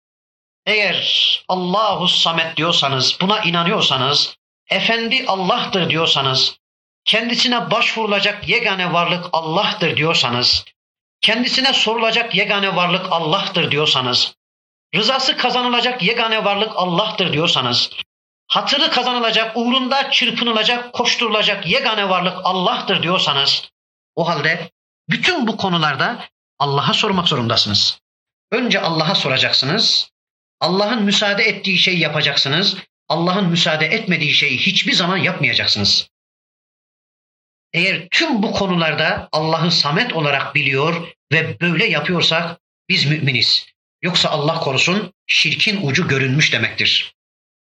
Eğer Allahu Samet diyorsanız, buna inanıyorsanız, Efendi Allah'tır diyorsanız, kendisine başvurulacak yegane varlık Allah'tır diyorsanız, kendisine sorulacak yegane varlık Allah'tır diyorsanız, rızası kazanılacak yegane varlık Allah'tır diyorsanız, hatırı kazanılacak, uğrunda çırpınılacak, koşturulacak yegane varlık Allah'tır diyorsanız, o halde bütün bu konularda Allah'a sormak zorundasınız. Önce Allah'a soracaksınız, Allah'ın müsaade ettiği şeyi yapacaksınız, Allah'ın müsaade etmediği şeyi hiçbir zaman yapmayacaksınız. Eğer tüm bu konularda Allah'ı Samet olarak biliyor ve böyle yapıyorsak biz müminiz. Yoksa Allah korusun şirkin ucu görünmüş demektir.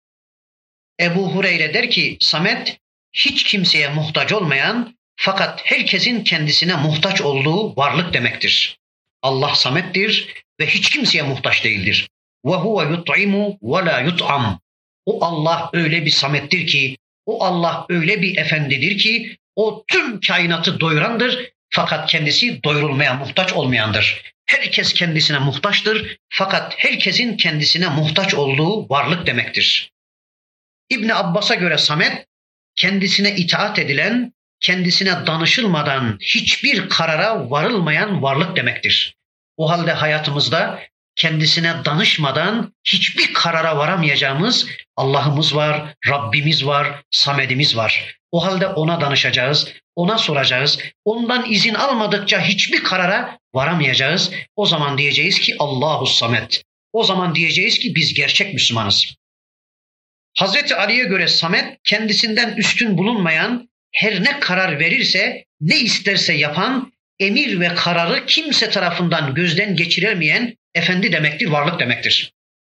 Ebu Hureyre der ki Samet hiç kimseye muhtaç olmayan fakat herkesin kendisine muhtaç olduğu varlık demektir. Allah Samet'tir ve hiç kimseye muhtaç değildir. وَهُوَ يُطْعِمُ وَلَا يُطْعَمُ O Allah öyle bir Samet'tir ki, o Allah öyle bir efendidir ki, o tüm kainatı doyurandır fakat kendisi doyurulmaya muhtaç olmayandır. Herkes kendisine muhtaçtır fakat herkesin kendisine muhtaç olduğu varlık demektir. İbn Abbas'a göre Samet, kendisine itaat edilen, kendisine danışılmadan hiçbir karara varılmayan varlık demektir. O halde hayatımızda kendisine danışmadan hiçbir karara varamayacağımız Allah'ımız var, Rabbimiz var, Samedimiz var. O halde ona danışacağız, ona soracağız. Ondan izin almadıkça hiçbir karara varamayacağız. O zaman diyeceğiz ki Allahu Samed. O zaman diyeceğiz ki biz gerçek Müslümanız. Hazreti Ali'ye göre Samet kendisinden üstün bulunmayan, her ne karar verirse, ne isterse yapan, emir ve kararı kimse tarafından gözden geçiremeyen efendi demektir, varlık demektir.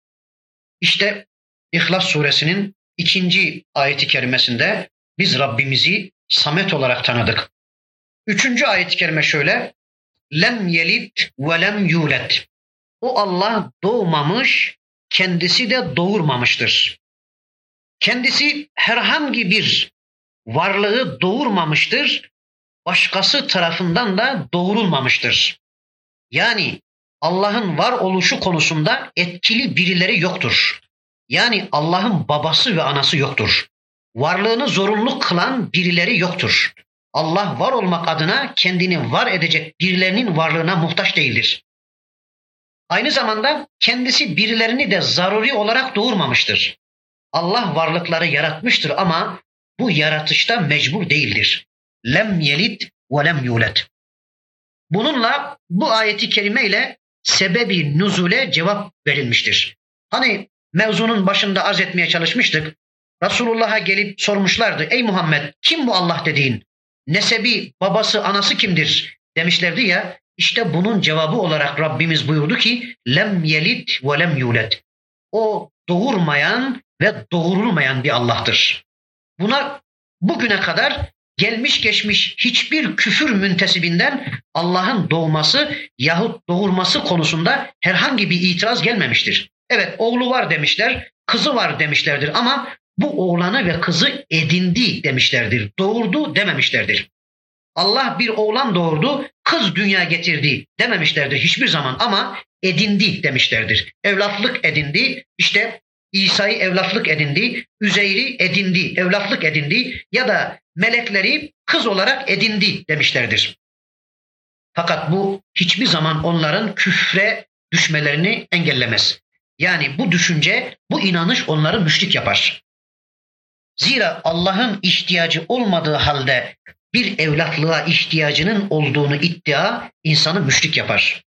İşte İhlas suresinin ikinci ayeti kerimesinde biz Rabbimizi Samet olarak tanıdık. Üçüncü ayet-i kerime şöyle: Lem yelid ve lem yulet. O Allah doğmamış, kendisi de doğurmamıştır. Kendisi herhangi bir varlığı doğurmamıştır, başkası tarafından da doğurulmamıştır. Yani Allah'ın var oluşu konusunda etkili birileri yoktur. Yani Allah'ın babası ve anası yoktur. Varlığını zorunlu kılan birileri yoktur. Allah var olmak adına kendini var edecek birilerinin varlığına muhtaç değildir. Aynı zamanda kendisi birilerini de zaruri olarak doğurmamıştır. Allah varlıkları yaratmıştır ama bu yaratışta mecbur değildir. Lem yelid ve lem yulet. Bununla bu ayeti kerimeyle sebebi nuzule cevap verilmiştir. Hani mevzunun başında arz etmeye çalışmıştık. Resulullah'a gelip sormuşlardı. Ey Muhammed, kim bu Allah dediğin? Nesebi, babası, anası kimdir? Demişlerdi ya. İşte bunun cevabı olarak Rabbimiz buyurdu ki lem yelid ve lem yulet. O doğurmayan ve doğurulmayan bir Allah'tır. Buna bugüne kadar gelmiş geçmiş hiçbir küfür müntesibinden Allah'ın doğması yahut doğurması konusunda herhangi bir itiraz gelmemiştir. Evet, oğlu var demişler, kızı var demişlerdir ama bu oğlanı ve kızı edindi demişlerdir. Doğurdu dememişlerdir. Allah bir oğlan doğurdu, kız dünya getirdi dememişlerdir hiçbir zaman ama edindi demişlerdir. Evlatlık edindi, işte İsa'yı evlatlık edindi, Üzeyr'i edindi, evlatlık edindi ya da melekleri kız olarak edindi demişlerdir. Fakat bu hiçbir zaman onların küfre düşmelerini engellemez. Yani bu düşünce, bu inanış onları müşrik yapar. Zira Allah'ın ihtiyacı olmadığı halde bir evlatlığa ihtiyacının olduğunu iddia insanı müşrik yapar.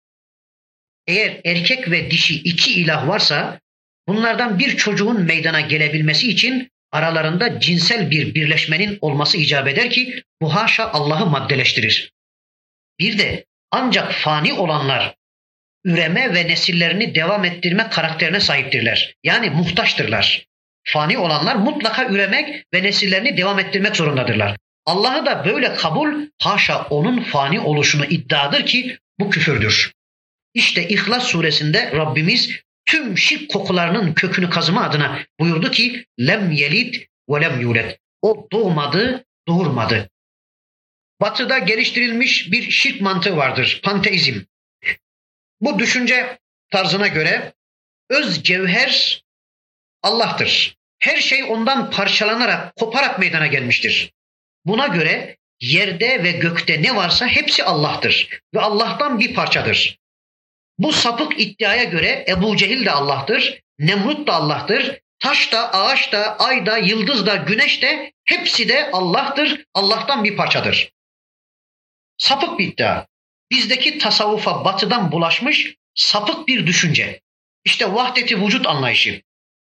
Eğer erkek ve dişi iki ilah varsa bunlardan bir çocuğun meydana gelebilmesi için aralarında cinsel bir birleşmenin olması icap eder ki bu haşa Allah'ı maddeleştirir. Bir de ancak fani olanlar üreme ve nesillerini devam ettirme karakterine sahiptirler. Yani muhtaçtırlar. Fani olanlar mutlaka üremek ve nesillerini devam ettirmek zorundadırlar. Allah'ı da böyle kabul haşa onun fani oluşunu iddiadır ki bu küfürdür. İşte İhlas suresinde Rabbimiz tüm şirk kokularının kökünü kazıma adına buyurdu ki lem yelid ve lem yulet. O doğmadı, doğurmadı. Batı'da geliştirilmiş bir şirk mantığı vardır. Panteizm. Bu düşünce tarzına göre öz cevher Allah'tır. Her şey ondan parçalanarak, koparak meydana gelmiştir. Buna göre yerde ve gökte ne varsa hepsi Allah'tır ve Allah'tan bir parçadır. Bu sapık iddiaya göre Ebu Cehil de Allah'tır, Nemrut da Allah'tır, taş da, ağaç da, ay da, yıldız da, güneş de hepsi de Allah'tır, Allah'tan bir parçadır. Sapık bir iddia. Bizdeki tasavvufa batıdan bulaşmış sapık bir düşünce. İşte vahdeti vücut anlayışı.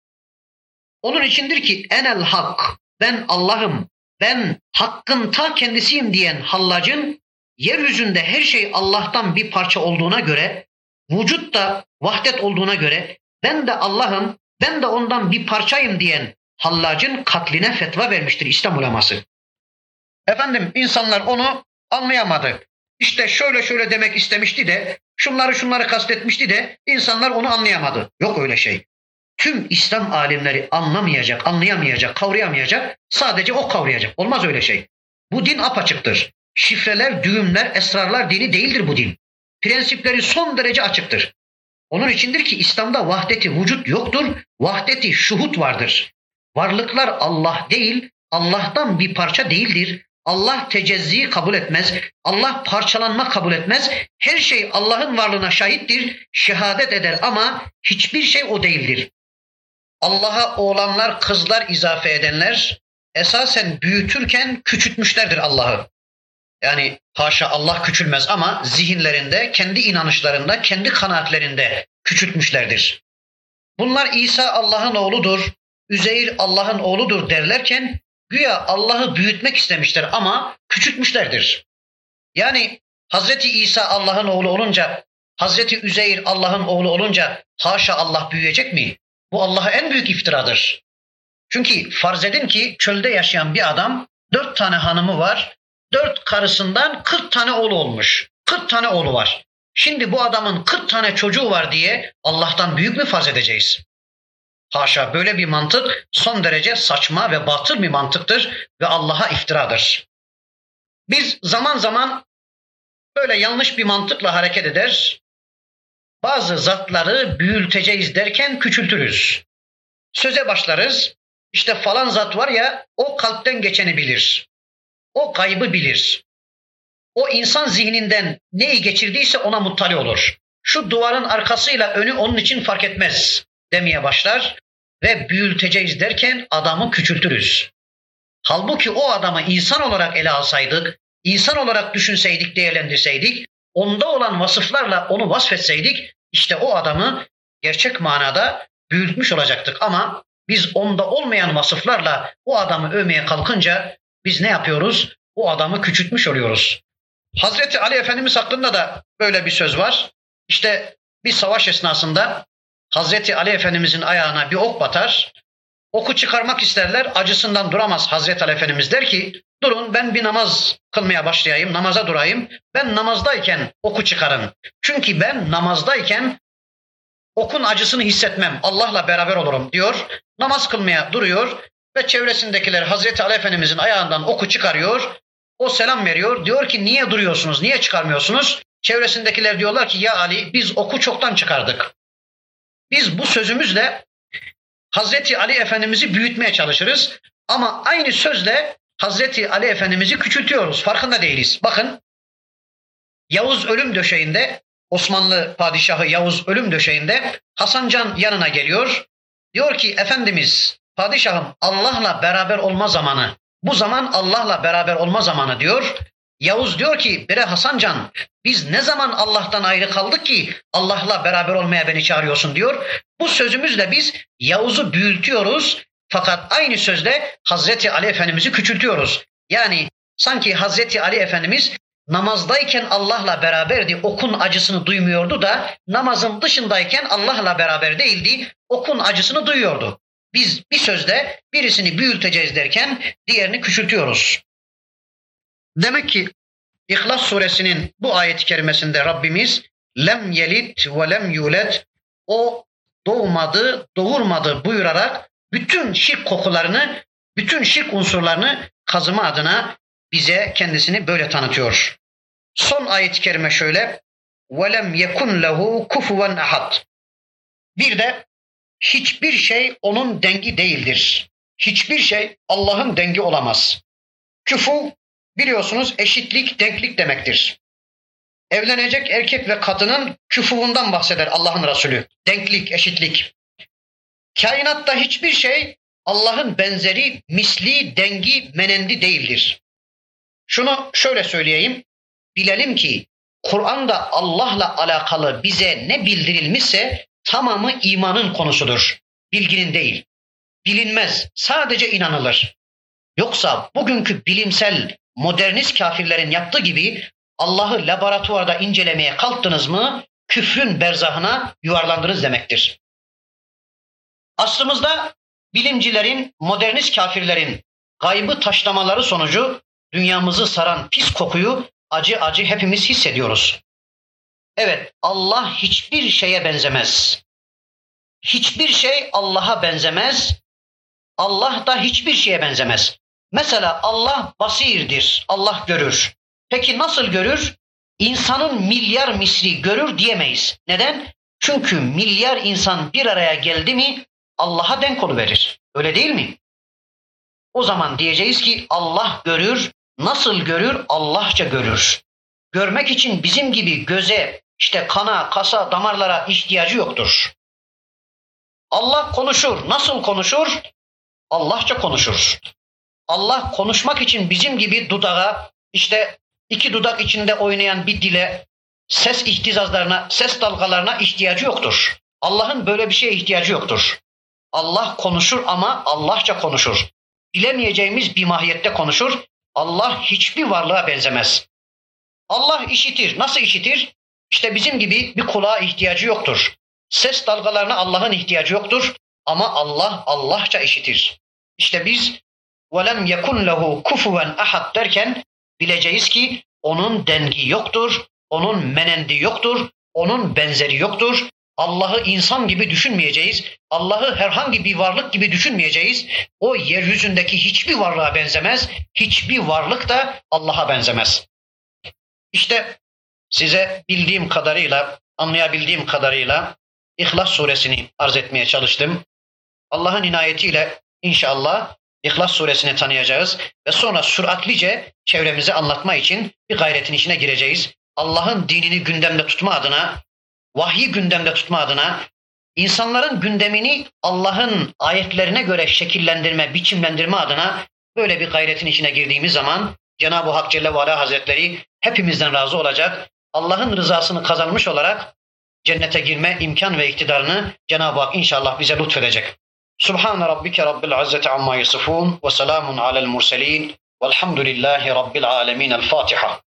Onun içindir ki enel hak, ben Allah'ım, ben hakkın ta kendisiyim diyen hallacın yeryüzünde her şey Allah'tan bir parça olduğuna göre, vücut da vahdet olduğuna göre ben de Allah'ım, ben de ondan bir parçayım diyen hallacın katline fetva vermiştir İslam uleması. Efendim insanlar onu anlayamadı. İşte şöyle şöyle demek istemişti de, şunları şunları kastetmişti de insanlar onu anlayamadı. Yok öyle şey. Tüm İslam alimleri anlamayacak, anlayamayacak, kavrayamayacak, sadece o kavrayacak. Olmaz öyle şey. Bu din apaçıktır. Şifreler, düğümler, esrarlar dini değildir bu din. Prensipleri son derece açıktır. Onun içindir ki İslam'da vahdeti vücut yoktur, vahdeti şuhut vardır. Varlıklar Allah değil, Allah'tan bir parça değildir. Allah tecezziyi kabul etmez, Allah parçalanma kabul etmez. Her şey Allah'ın varlığına şahittir, şehadet eder ama hiçbir şey o değildir. Allah'a oğlanlar, kızlar izafe edenler esasen büyütürken küçültmüşlerdir Allah'ı. Yani haşa Allah küçülmez ama zihinlerinde, kendi inanışlarında, kendi kanaatlerinde küçültmüşlerdir. Bunlar İsa Allah'ın oğludur, Üzeyr Allah'ın oğludur derlerken güya Allah'ı büyütmek istemişler ama küçültmüşlerdir. Yani Hazreti İsa Allah'ın oğlu olunca, Hazreti Üzeyr Allah'ın oğlu olunca haşa Allah büyüyecek mi? Bu Allah'a en büyük iftiradır. Çünkü farz edin ki çölde yaşayan bir adam dört tane hanımı var, dört karısından kırk tane oğlu olmuş. Kırk tane oğlu var. Şimdi bu adamın kırk tane çocuğu var diye Allah'tan büyük mü farz edeceğiz? Haşa, böyle bir mantık son derece saçma ve batıl bir mantıktır ve Allah'a iftiradır. Biz zaman zaman böyle yanlış bir mantıkla hareket eder, bazı zatları büyülteceğiz derken küçültürüz. Söze başlarız, işte falan zat var ya o kalpten geçeni bilir, o gaybı bilir, o insan zihninden neyi geçirdiyse ona muttali olur. Şu duvarın arkasıyla önü onun için fark etmez demeye başlar ve büyülteceğiz derken adamı küçültürüz. Halbuki o adamı insan olarak ele alsaydık, insan olarak düşünseydik, değerlendirseydik, onda olan vasıflarla onu vasfetseydik, işte o adamı gerçek manada büyütmüş olacaktık. Ama biz onda olmayan vasıflarla o adamı övmeye kalkınca biz ne yapıyoruz? O adamı küçültmüş oluyoruz. Hazreti Ali Efendimiz hakkında da böyle bir söz var. İşte bir savaş esnasında Hazreti Ali Efendimizin ayağına bir ok batar. Oku çıkarmak isterler, acısından duramaz. Hazreti Ali Efendimiz der ki, durun ben bir namaz kılmaya başlayayım, namaza durayım. Ben namazdayken oku çıkarın. Çünkü ben namazdayken okun acısını hissetmem, Allah'la beraber olurum diyor. Namaz kılmaya duruyor ve çevresindekiler Hazreti Ali Efendimizin ayağından oku çıkarıyor. O selam veriyor, diyor ki niye duruyorsunuz, niye çıkarmıyorsunuz? Çevresindekiler diyorlar ki ya Ali biz oku çoktan çıkardık. Biz bu sözümüzle Hazreti Ali Efendimiz'i büyütmeye çalışırız ama aynı sözle Hazreti Ali Efendimiz'i küçültüyoruz. Farkında değiliz. Bakın Yavuz ölüm döşeğinde, Osmanlı padişahı Yavuz ölüm döşeğinde Hasan Can yanına geliyor. Diyor ki Efendimiz, padişahım Allah'la beraber olma zamanı, bu zaman Allah'la beraber olma zamanı diyor. Yavuz diyor ki bire Hasan Can biz ne zaman Allah'tan ayrı kaldık ki Allah'la beraber olmaya beni çağırıyorsun diyor. Bu sözümüzle biz Yavuz'u büyütüyoruz fakat aynı sözle Hazreti Ali Efendimiz'i küçültüyoruz. Yani sanki Hazreti Ali Efendimiz namazdayken Allah'la beraberdi, okun acısını duymuyordu da namazın dışındayken Allah'la beraber değildi, okun acısını duyuyordu. Biz bir sözde birisini büyüteceğiz derken diğerini küçültüyoruz. Demek ki İhlas suresinin bu ayet-i kerimesinde Rabbimiz lem yelit ve lem yulet, o doğmadı, doğurmadı buyurarak bütün şirk kokularını, bütün şirk unsurlarını kazıma adına bize kendisini böyle tanıtıyor. Son ayet-i kerime şöyle: وَلَمْ يَكُنْ لَهُ كُفُوًا أَحَدٍ. Bir de hiçbir şey onun dengi değildir. Hiçbir şey Allah'ın dengi olamaz. Küfu biliyorsunuz eşitlik, denklik demektir. Evlenecek erkek ve kadının küfuğundan bahseder Allah'ın Resulü. Denklik, eşitlik. Kainatta hiçbir şey Allah'ın benzeri, misli, dengi, menendi değildir. Şunu şöyle söyleyeyim. Bilelim ki Kur'an'da Allah'la alakalı bize ne bildirilmişse tamamı imanın konusudur. Bilginin değil. Bilinmez, sadece inanılır. Yoksa bugünkü bilimsel modernist kafirlerin yaptığı gibi Allah'ı laboratuvarda incelemeye kalktınız mı küfrün berzahına yuvarlandınız demektir. Aslımızda bilimcilerin, modernist kafirlerin gaybı taşlamaları sonucu dünyamızı saran pis kokuyu acı acı hepimiz hissediyoruz. Evet, Allah hiçbir şeye benzemez. Hiçbir şey Allah'a benzemez. Allah da hiçbir şeye benzemez. Mesela Allah basirdir, Allah görür. Peki nasıl görür? İnsanın milyar misli görür diyemeyiz. Neden? Çünkü milyar insan bir araya geldi mi Allah'a denk oluverir. Öyle değil mi? O zaman diyeceğiz ki Allah görür. Nasıl görür? Allahça görür. Görmek için bizim gibi göze, işte kana, kasa, damarlara ihtiyacı yoktur. Allah konuşur. Nasıl konuşur? Allahça konuşur. Allah konuşmak için bizim gibi dudağa, işte iki dudak içinde oynayan bir dile, ses ihtizazlarına, ses dalgalarına ihtiyacı yoktur. Allah'ın böyle bir şeye ihtiyacı yoktur. Allah konuşur ama Allahça konuşur. Bilemeyeceğimiz bir mahiyette konuşur. Allah hiçbir varlığa benzemez. Allah işitir. Nasıl işitir? İşte bizim gibi bir kulağa ihtiyacı yoktur. Ses dalgalarına Allah'ın ihtiyacı yoktur. Ama Allah Allahça işitir. İşte biz وَلَمْ يَكُنْ لَهُ كُفُوًا أَحَدٍ derken bileceğiz ki onun dengi yoktur, onun menendi yoktur, onun benzeri yoktur. Allah'ı insan gibi düşünmeyeceğiz. Allah'ı herhangi bir varlık gibi düşünmeyeceğiz. O yeryüzündeki hiçbir varlığa benzemez. Hiçbir varlık da Allah'a benzemez. İşte size bildiğim kadarıyla, anlayabildiğim kadarıyla İhlas suresini arz etmeye çalıştım. Allah'ın inayetiyle inşallah İhlas suresini tanıyacağız ve sonra süratlice çevremize anlatma için bir gayretin içine gireceğiz. Allah'ın dinini gündemde tutma adına, vahyi gündemde tutma adına, insanların gündemini Allah'ın ayetlerine göre şekillendirme, biçimlendirme adına böyle bir gayretin içine girdiğimiz zaman Cenab-ı Hak Celle ve Ala Hazretleri hepimizden razı olacak. Allah'ın rızasını kazanmış olarak cennete girme imkan ve iktidarını Cenab-ı Hak inşallah bize lütfedecek. Subhan rabbike rabbil izzeti amma yasifun ve selamun alel murselin velhamdülillahi rabbil alemin. El Fatiha.